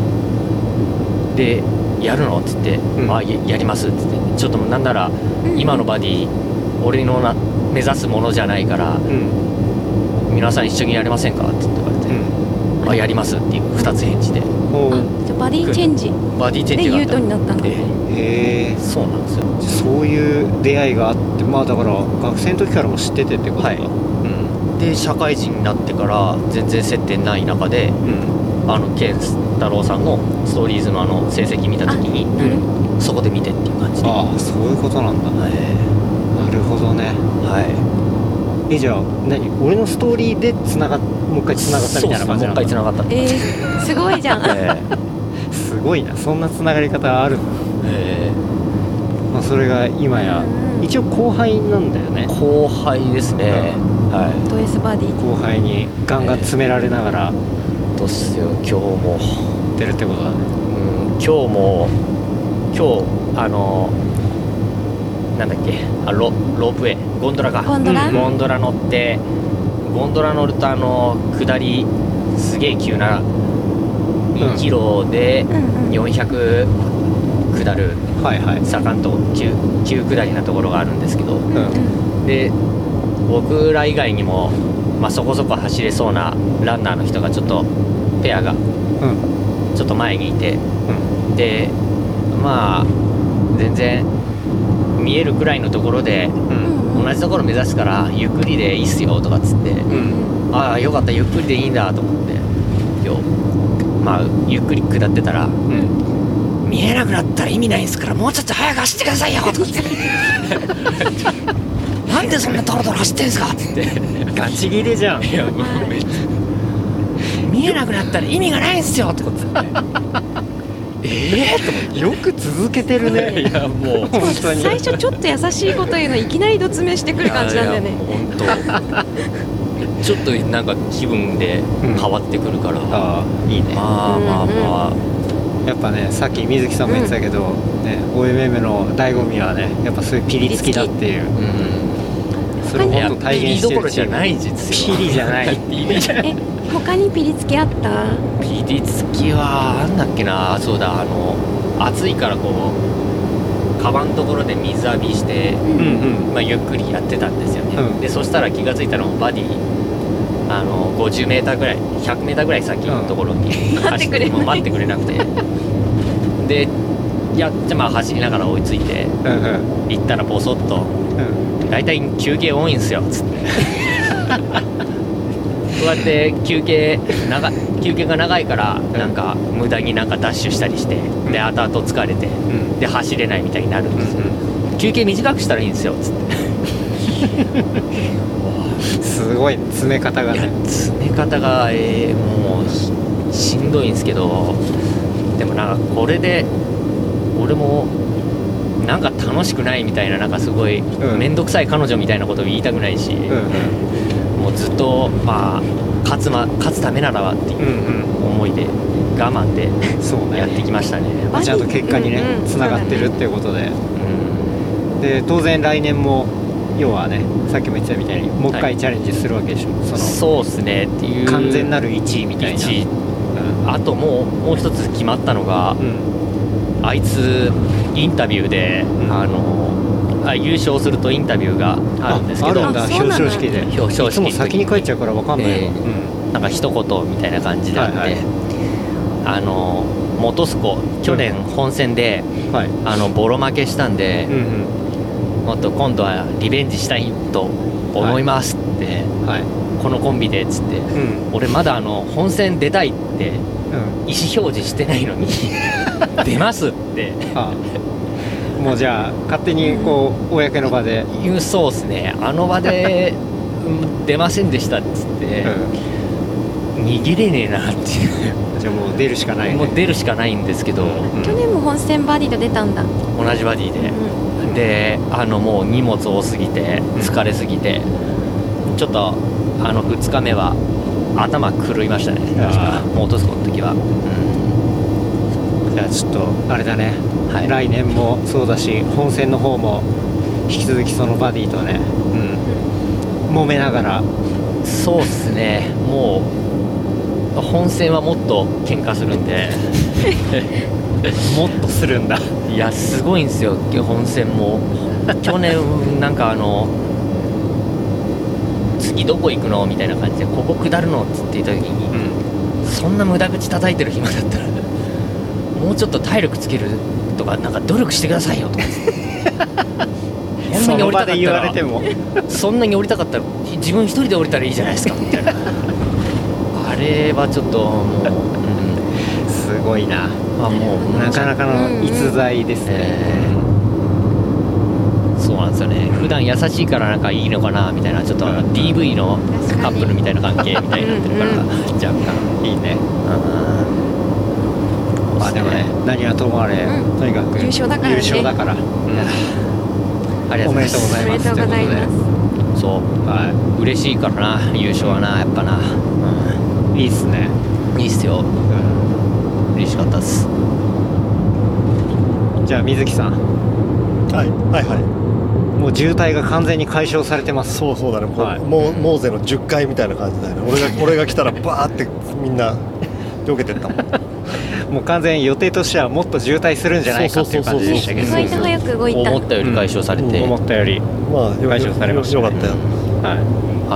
でやるのって言って、やりますって言って、ちょっとなんなら今のバディ俺の目指すものじゃないから、皆さん一緒にやりませんかって言って言われて、やりますっていう2つ返事で、 じゃバディチェンジでユートになったんだ。 そうなんですよ。 そういう出会いがあって、まあだから学生の時からも知っててってことか。 で社会人になってから全然接点ない中で、健太郎さんのストーリーズの成績見た時に、そこで見てっていう感じで。 そういうことなんだ。なるほどね。じゃあ俺のストーリーでもう一回つながったみたいな感じなの？ もう一回つながった。 すごいじゃん。 すごいな、そんなつながり方あるの？まあそれが今や一応後輩なんだよね。 後輩ですね。 ド S バディ後輩にガンガン詰められながら、 どうっすよ、今日も出るってことだね。 今日なんだっけ、ロープウェイ、ゴンドラか、 ゴンドラ乗って、ゴンドラ乗ると下りすげえ急な2キロで400下る坂のとこ、急下りなところがあるんですけど、で僕ら以外にも、まあ、そこそこ走れそうなランナーの人がちょっとペアがちょっと前にいて、でまあ全然見えるくらいのところで、同じところ目指すからゆっくりでいいっすよとかっつって、ああよかった、ゆっくりでいいんだと思って、まあゆっくり下ってたら、見えなくなったら意味ないんですから、もうちょっと早く走ってくださいよとかってなんでそんなドロドロ走ってんすかって言ってガチギレじゃん。いや見えなくなったら意味がないんすよとかって言ってと思ってよく続けてるね。 いやもう本当に最初ちょっと優しいこと言うのいきなりどつめしてくる感じなんだよね。 本当ちょっとなんか気分で変わってくるから、 いいね。 まあやっぱね、さっき水木さんも言ってたけど、ね、OMM の醍醐味はね、やっぱそういうピリつきだっていう、それを本当体現してる。 ピリどころじゃない実は。 ピリじゃない。 他にピリつきあった？ ピリつきはなんだっけな、そうだ、暑いからこうカバンのところで水浴びして、まあ、ゆっくりやってたんですよね、でそしたら気がついたのもバディ50メーターぐらい100メーターぐらい先のところに待ってくれなくてでじゃあまあ走りながら追いついて、行ったらボソッと、大体休憩多いんすよっつってこうやって休憩が長いから、なんか無駄になんかダッシュしたりして、で後々疲れて、で走れないみたいになるんですよ、休憩短くしたらいいんですよっつってすごい詰め方がね、 詰め方が、もうしんどいんですけど、でもなんかこれで俺もなんか楽しくないみたいな、なんかすごい面倒くさい彼女みたいなことを言いたくないし、もうずっとまあ勝つためならばっていう思いで我慢でやってきましたね。 ちゃんと結果にねつながってるっていうことで、で当然来年も要はね、さっきも言ってたみたいにもう一回チャレンジするわけでしょ、 そうっすねっていう完全なる1位みたいな、 あともう一つ決まったのが、あいつインタビューで、優勝するとインタビューがあるんですけど、 あるんだ、表彰式で。いつも先に帰っちゃうから分かんないわ、 なんか一言みたいな感じであって、元栖湖去年本戦で、ボロ負けしたんで、もっと今度はリベンジしたいと思いますって、このコンビでっつって、俺まだ本戦出たいって意思表示してないのに出ますってもうじゃあ勝手にこう公の場でそうですね、あの場で出ませんでしたっつって、逃げれねえなっていうじゃあもう出るしかない、ね、 もう出るしかないんですけど、 去年も本戦バディと出たんだ。 同じバディで、でもう荷物多すぎて疲れすぎて、ちょっと2日目は頭狂いましたね、もう落とすこの時は、 じゃあちょっとあれだね、来年もそうだし本戦の方も引き続きそのバディとね、揉めながら。 そうっすね、もう本戦はもっと喧嘩するんでもっとするんだ。 いやすごいんですよ本戦も去年なんか次どこ行くのみたいな感じで、ここ下るのっつって言った時に、そんな無駄口叩いてる暇だったらもうちょっと体力つけるとか、なんか努力してくださいよとかその場で言われてもそんなに降りたかったら自分一人で降りたらいいじゃないですかみたいなあれはちょっともう、 すごいな、 もうなかなかの逸材ですね、 そうなんですよね。普段優しいからなんかいいのかなみたいな、ちょっとDV のカップルみたいな関係みたいになってるから若干いいね。まあでもね、何はともあれ、とにかく優勝だからね。 優勝だから、 ありがとうございます。 おめでとうございますということで、 そう、嬉しいからな、優勝はな、やっぱな、 いいっすね。 いいっすよ、嬉しかったっす。 じゃあ水木さん、 はいはいはい。 もう渋滞が完全に解消されてます。 そうだね、はい、モーゼの10階みたいな感じだよね。俺が来たらバーってみんな避けてったもんもう完全に予定としてはもっと渋滞するんじゃないかっていう感じでしたけど、 意外と早く動いた。 思ったより解消されて、 思ったより解消されましたね。 よかったよ、 はい、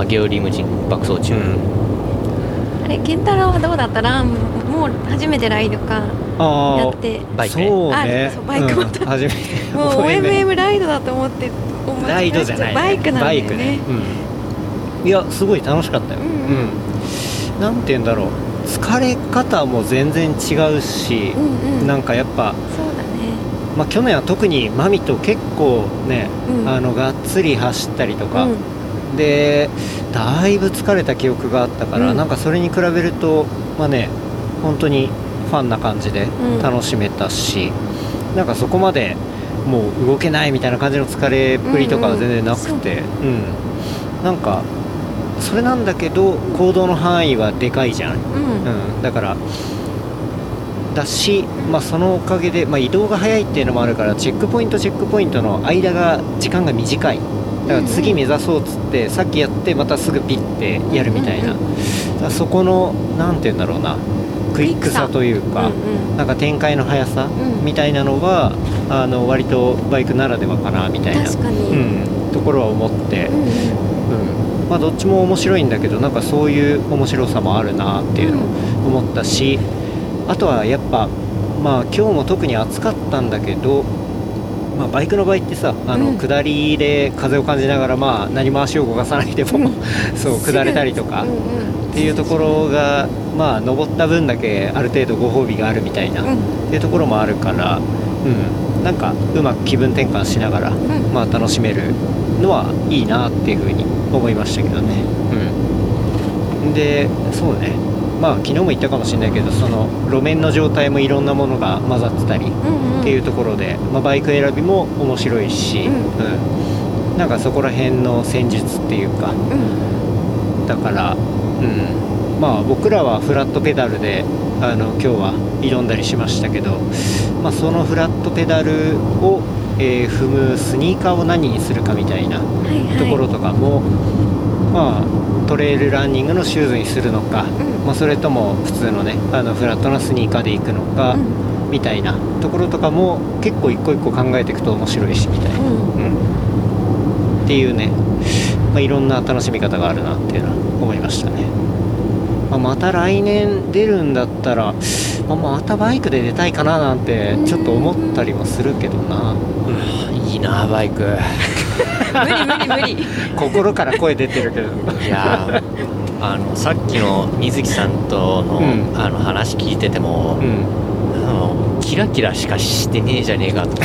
ハゲオリムジン爆走中、 あれ健太郎はどうだったら、もう初めてライドかやってバイクね、 そうね、 そうバイクまた、 初めてもう OMM ライドだと思ってライドじゃない、 バイクなんだよね。 いやすごい楽しかったよ。なんて言うんだろう、疲れ方も全然違うし、なんかやっぱそうだね、 まあ、去年は特にマミと結構ね、がっつり走ったりとか、でだいぶ疲れた記憶があったから、なんかそれに比べるとまあね本当にファンな感じで楽しめたし、なんかそこまでもう動けないみたいな感じの疲れっぷりとかは全然なくて、なんかそれなんだけど行動の範囲はでかいじゃん、だからだし、まあ、そのおかげで、まあ、移動が早いっていうのもあるからチェックポイントの間が時間が短い。だから次目指そうっつってさっきやってまたすぐピッてやるみたいな、だからそこのなんていうんだろうな、クイックさというか、なんか展開の速さみたいなのは割とバイクならではかなみたいな、ところは思って、まあ、どっちも面白いんだけどなんかそういう面白さもあるなっていうのを思ったし、あとはやっぱまあ今日も特に暑かったんだけど、まあ、バイクの場合ってさ下りで風を感じながらまあ何も足を動かさないでもそう下れたりとかっていうところがまあ登った分だけある程度ご褒美があるみたいなっていうところもあるから、なんかうまく気分転換しながらまあ楽しめるのはいいなっていうふうに思いましたけどね。でそうね、まあ昨日も言ったかもしれないけどその路面の状態もいろんなものが混ざってたりっていうところで、まあ、バイク選びも面白いし、なんかそこら辺の戦術っていうか、だから、まあ僕らはフラットペダルで今日は挑んだりしましたけど、まあ、そのフラットペダルを、踏むスニーカーを何にするかみたいなところとかも、まあトレイルランニングのシューズにするのか、まあ、それとも普通のねフラットなスニーカーで行くのか、みたいなところとかも結構一個一個考えていくと面白いしみたいな、っていうね、まあ、いろんな楽しみ方があるなっていうのは思いましたね。まあ、また来年出るんだったら、まあ、またバイクで出たいかななんてちょっと思ったりもするけどな、 いいなバイク無理心から声出てるけどいやさっきの水木さんとの、話聞いてても、キラキラしかしてねえじゃねえかと思って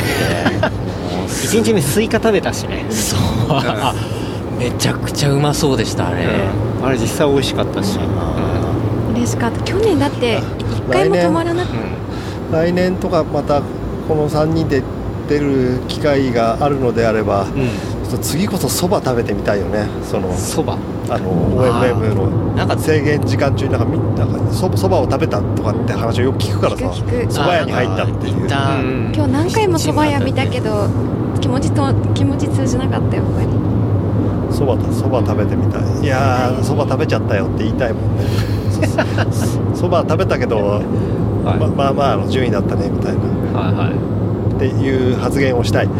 1日目スイカ食べたしね。 そうめちゃくちゃうまそうでしたあれ、 あれ実際美味しかったし、 嬉しかった。去年だって1回も止まらなくて、 来年とかまたこの3人で出る機会があるのであれば、次こそそば食べてみたいよね。そのそば OMM のなんか制限時間中なんかそばを食べたとかって話をよく聞くからさ、そば屋に入ったっていう。 今日何回もそば屋見たけど気持ち通じなかったよやっぱり。 そば食べてみたい。いやーそば食べちゃったよって言いたいもんねそば食べたけど、まあまあの順位だったねみたいな、っていう発言をしたい。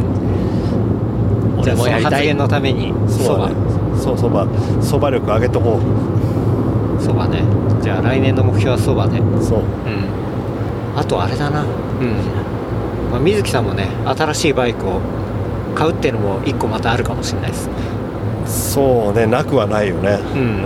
じゃあその発言のためにそば力上げとこう。そばね。じゃあ来年の目標はそばね。 そう、 あとあれだな、まあ、水木さんもね新しいバイクを買うっていうのも一個またあるかもしれないです。 そうね、なくはないよね。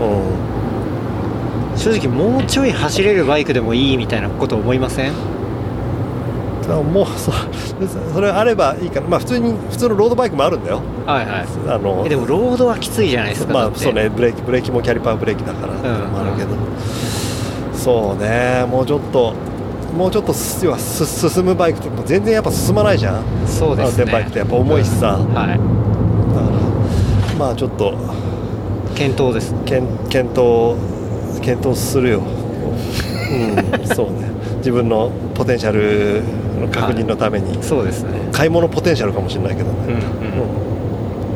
正直もうちょい走れるバイクでもいいみたいなこと思いません？ もうそれあればいいかな。まあ普通のロードバイクもあるんだよ。 でもロードはきついじゃないですか。 まあそうね、ブレーキもキャリパーブレーキだからもあるけど、そうね、もうちょっと要は進むバイクって全然やっぱ進まないじゃん。 そうですね。 マウンテンバイクってやっぱ重いしさ、だからまあちょっと検討です。 検討するよ。そうね、自分のポテンシャルの確認のために、 そうですね。 買い物ポテンシャルかもしれないけどね。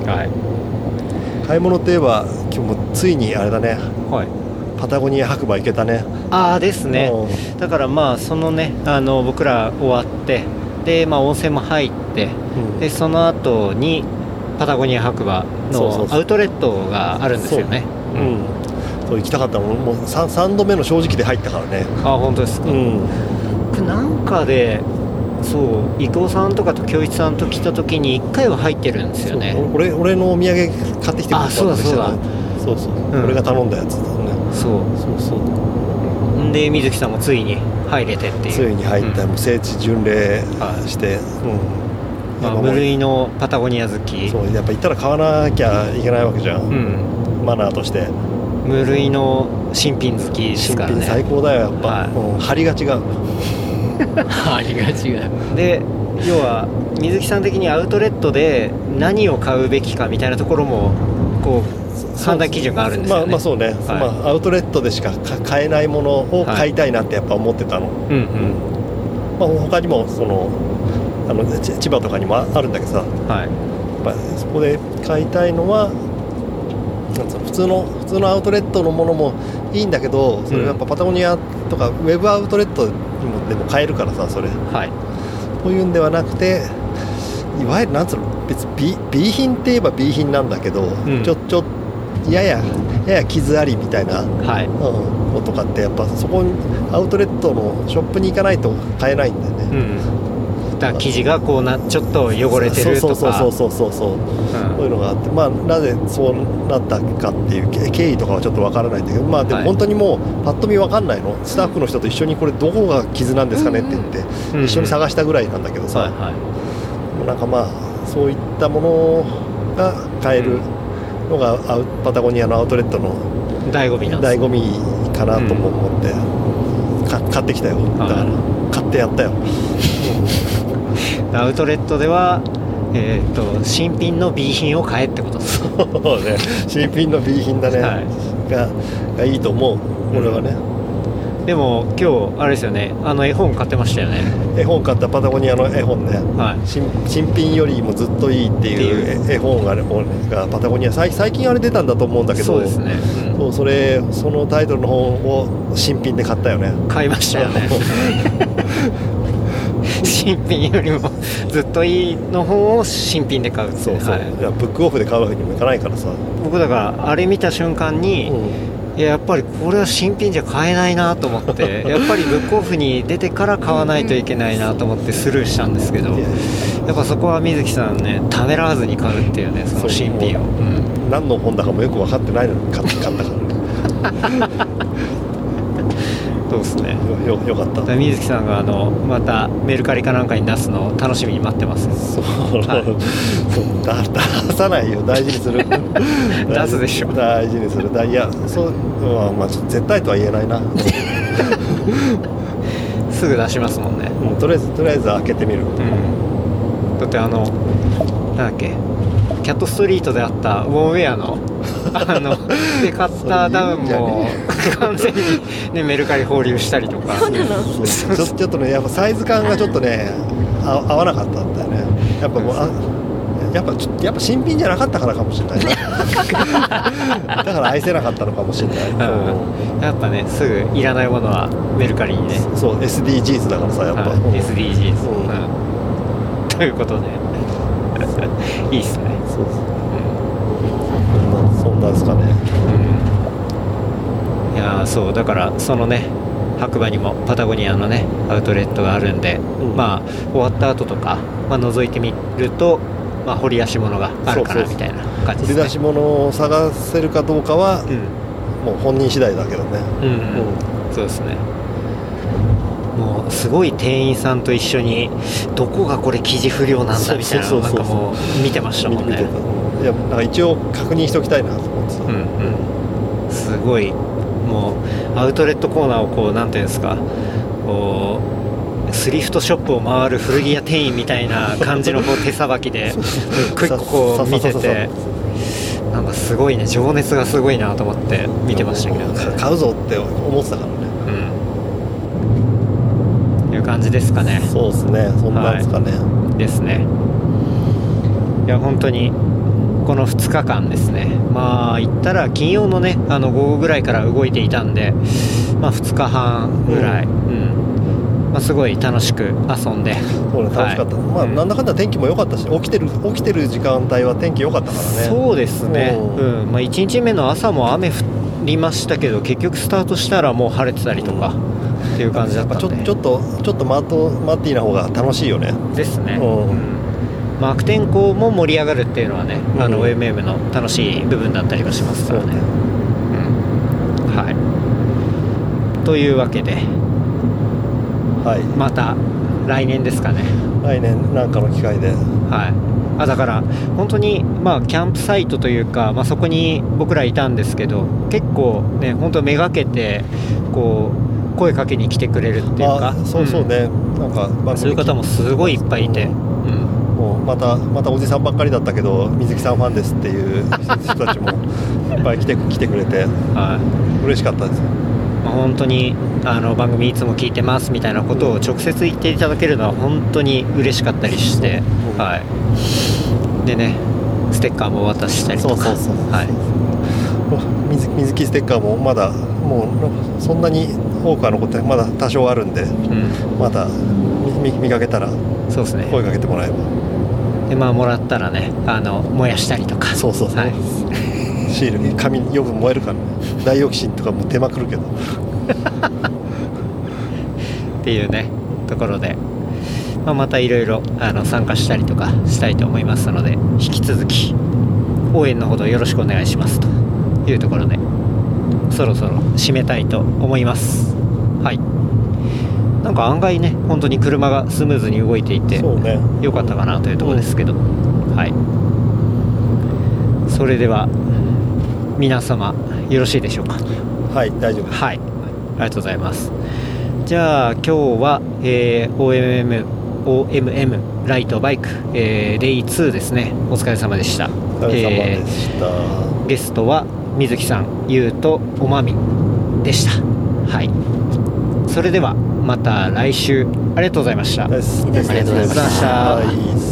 はい、 買い物といえば今日もついにあれだね、 はい、 パタゴニア白馬行けたね。 ああですね、だからまあそのね僕ら終わってで、まあ、温泉も入って、でその後にパタゴニア白馬のアウトレットがあるんですよね。 そう行きたかったのもう 3度目の正直で入ったからね。 あ、本当ですか。なんかでそう伊藤さんとかと京一さんと来た時に1回は入ってるんですよね。 俺のお土産買ってきてくれたんですよ。そうそう、俺が頼んだやつだね。そうで水木さんもついに入れてっていう、 ついに入った、もう聖地巡礼して、 無類のパタゴニア好き。 そうやっぱ行ったら買わなきゃいけないわけじゃん、マナーとして。 無類の新品好きですからね。 新品最高だよやっぱ、張りが違う張りが違うで要は水木さん的にアウトレットで何を買うべきかみたいなところもこう判断基準があるんですよね。 まあそうね、アウトレットでしか買えないものを買いたいなってやっぱ思ってたの。他にも千葉とかにもあるんだけどさ、やっぱそこで買いたいのは普通のアウトレットのものもいいんだけど、それやっぱパタゴニアとかウェブアウトレットでも買えるからさ、それ、そういうんではなくて、いわゆるなんつうの、別に B 品って言えば B 品なんだけど、ちょっとやや傷ありみたいなのとかってやっぱそこにアウトレットのショップに行かないと買えないんだよね。 だから生地がこうちょっと汚れてるとか、そういうのがあって、まあなぜそうなったかっていう経緯とかはちょっとわからないんだけど、まあでも本当にもうパッと見わかんないの。スタッフの人と一緒にこれどこが傷なんですかねって言って一緒に探したぐらいなんだけどさ、なんかまあそういったものが買えるのがパタゴニアのアウトレットの醍醐味かなとも思って、買ってきたよ。だから買ってやったよ。 アウトレットでは、新品の B 品を買えってことです。 そうね、新品の B 品だね、がいいと思う、俺はね。 でも今日あれですよね、絵本買ってましたよね。 絵本買った、パタゴニアの絵本ね、新品よりもずっといいっていう絵本がパタゴニア最近あれ出たんだと思うんだけど、 そうですね、 そのタイトルの本を新品で買ったよね。 買いましたよね。新品よりもずっといいの本を新品で買うって。 そう、いやブックオフで買うわけにもいかないからさ。 僕だからあれ見た瞬間に、やっぱりこれは新品じゃ買えないなと思ってやっぱりブックオフに出てから買わないといけないなと思ってスルーしたんですけど、やっぱそこは水木さんね、ためらわずに買うっていうね、その新品を、 何の本だかもよく分かってないのに買ったからそうですね、 よかった。 水木さんがまたメルカリかなんかに出すのを楽しみに待ってます。 出さないよ、大事にする。 出すでしょ。 大事にする。いや、まあ絶対とは言えないな。 すぐ出しますもんね。 とりあえず開けてみる。 だってなんだっけ、キャットストリートであったウォンウェアので買ったダウンも完全にねメルカリ放流したりとか。 そうなの。 ちょっとね、やっぱサイズ感がちょっとね合わなかったんだよね。やっぱもうやっぱ新品じゃなかったからかもしれないな。だから愛せなかったのかもしれない。 やっぱね、すぐいらないものはメルカリにね。 そう、 SDGs だからさ、やっぱ、 SDGs、ということでいいっすね。 そうです、そんなんですかね。 いやそうだからそのね、白馬にもパタゴニアのねアウトレットがあるんで、まあ終わった後とか、覗いてみると、掘り出し物があるかなみたいな感じですね。 掘り出し物を探せるかどうかは、もう本人次第だけどね。 そうですね。もうすごい店員さんと一緒にどこがこれ生地不良なんだみたいなのなんかもう見てましたもんね。 いや、なんか一応確認しておきたいなと思ってさ。 すごいもうアウトレットコーナーをこうなんていうんですか、こうスリフトショップを回る古着屋店員みたいな感じのこう手さばきで一個一個こう見てて、なんかすごいね、情熱がすごいなと思って見てましたけど、 買うぞって思ってたからね。 いう感じですかね。 そうですね、そんなんですかね。 ですね。いや本当にこの2日間ですね、まあ言ったら金曜のね午後ぐらいから動いていたんで、まあ2日半ぐらい、まあ、すごい楽しく遊んで、 そうね、楽しかった、まあなんだかんだ天気も良かったし、起きてる時間帯は天気良かったからね。 そうですね、まあ、1日目の朝も雨降りましたけど、結局スタートしたらもう晴れてたりとか、っていう感じだったんで、 ちょっとマッティーな方が楽しいよね。 ですね、まあ、悪天候も盛り上がるっていうのはね、OMM の楽しい部分だったりもしますからね。はい、というわけで、はい、また来年ですかね。 来年なんかの機会で、 はい、だから本当にまあキャンプサイトというか、まあ、そこに僕らいたんですけど、結構ね本当めがけてこう声かけに来てくれるっていうか、 そうね、なんかそういう方もすごいいっぱいいて、 もうまたおじさんばっかりだったけど水木さんファンですっていう人たちもいっぱい来てくれて、嬉しかったです。 まあ、本当に番組いつも聞いてますみたいなことを直接言っていただけるのは本当に嬉しかったりして、はい、でねステッカーもお渡ししたりとか、はい、 水木ステッカーもまだもうそんなに多くは残ってまだ多少あるんで、また見かけたらそうですね、 声かけてもらえば、 でまあもらったらね燃やしたりとか、 そう、はい、シールに紙余分燃えるからね、ダイオキシンとかも手間くるけどっていうねところで、まあ、またいろいろ参加したりとかしたいと思いますので、引き続き応援のほどよろしくお願いしますというところで、そろそろ締めたいと思います。はい、なんか案外ね本当に車がスムーズに動いていて良かったかなというところですけど、はい、それでは皆様よろしいでしょうか。 はい、大丈夫です。 はい、ありがとうございます。じゃあ今日は、OMM ライトバイク、デイ2ですね。お疲れ様でした。 お疲れ様でした。 ゲストは水木さん、ゆうとおまみでした。はい、それではまた来週、ありがとうございました。 ありがとうございました。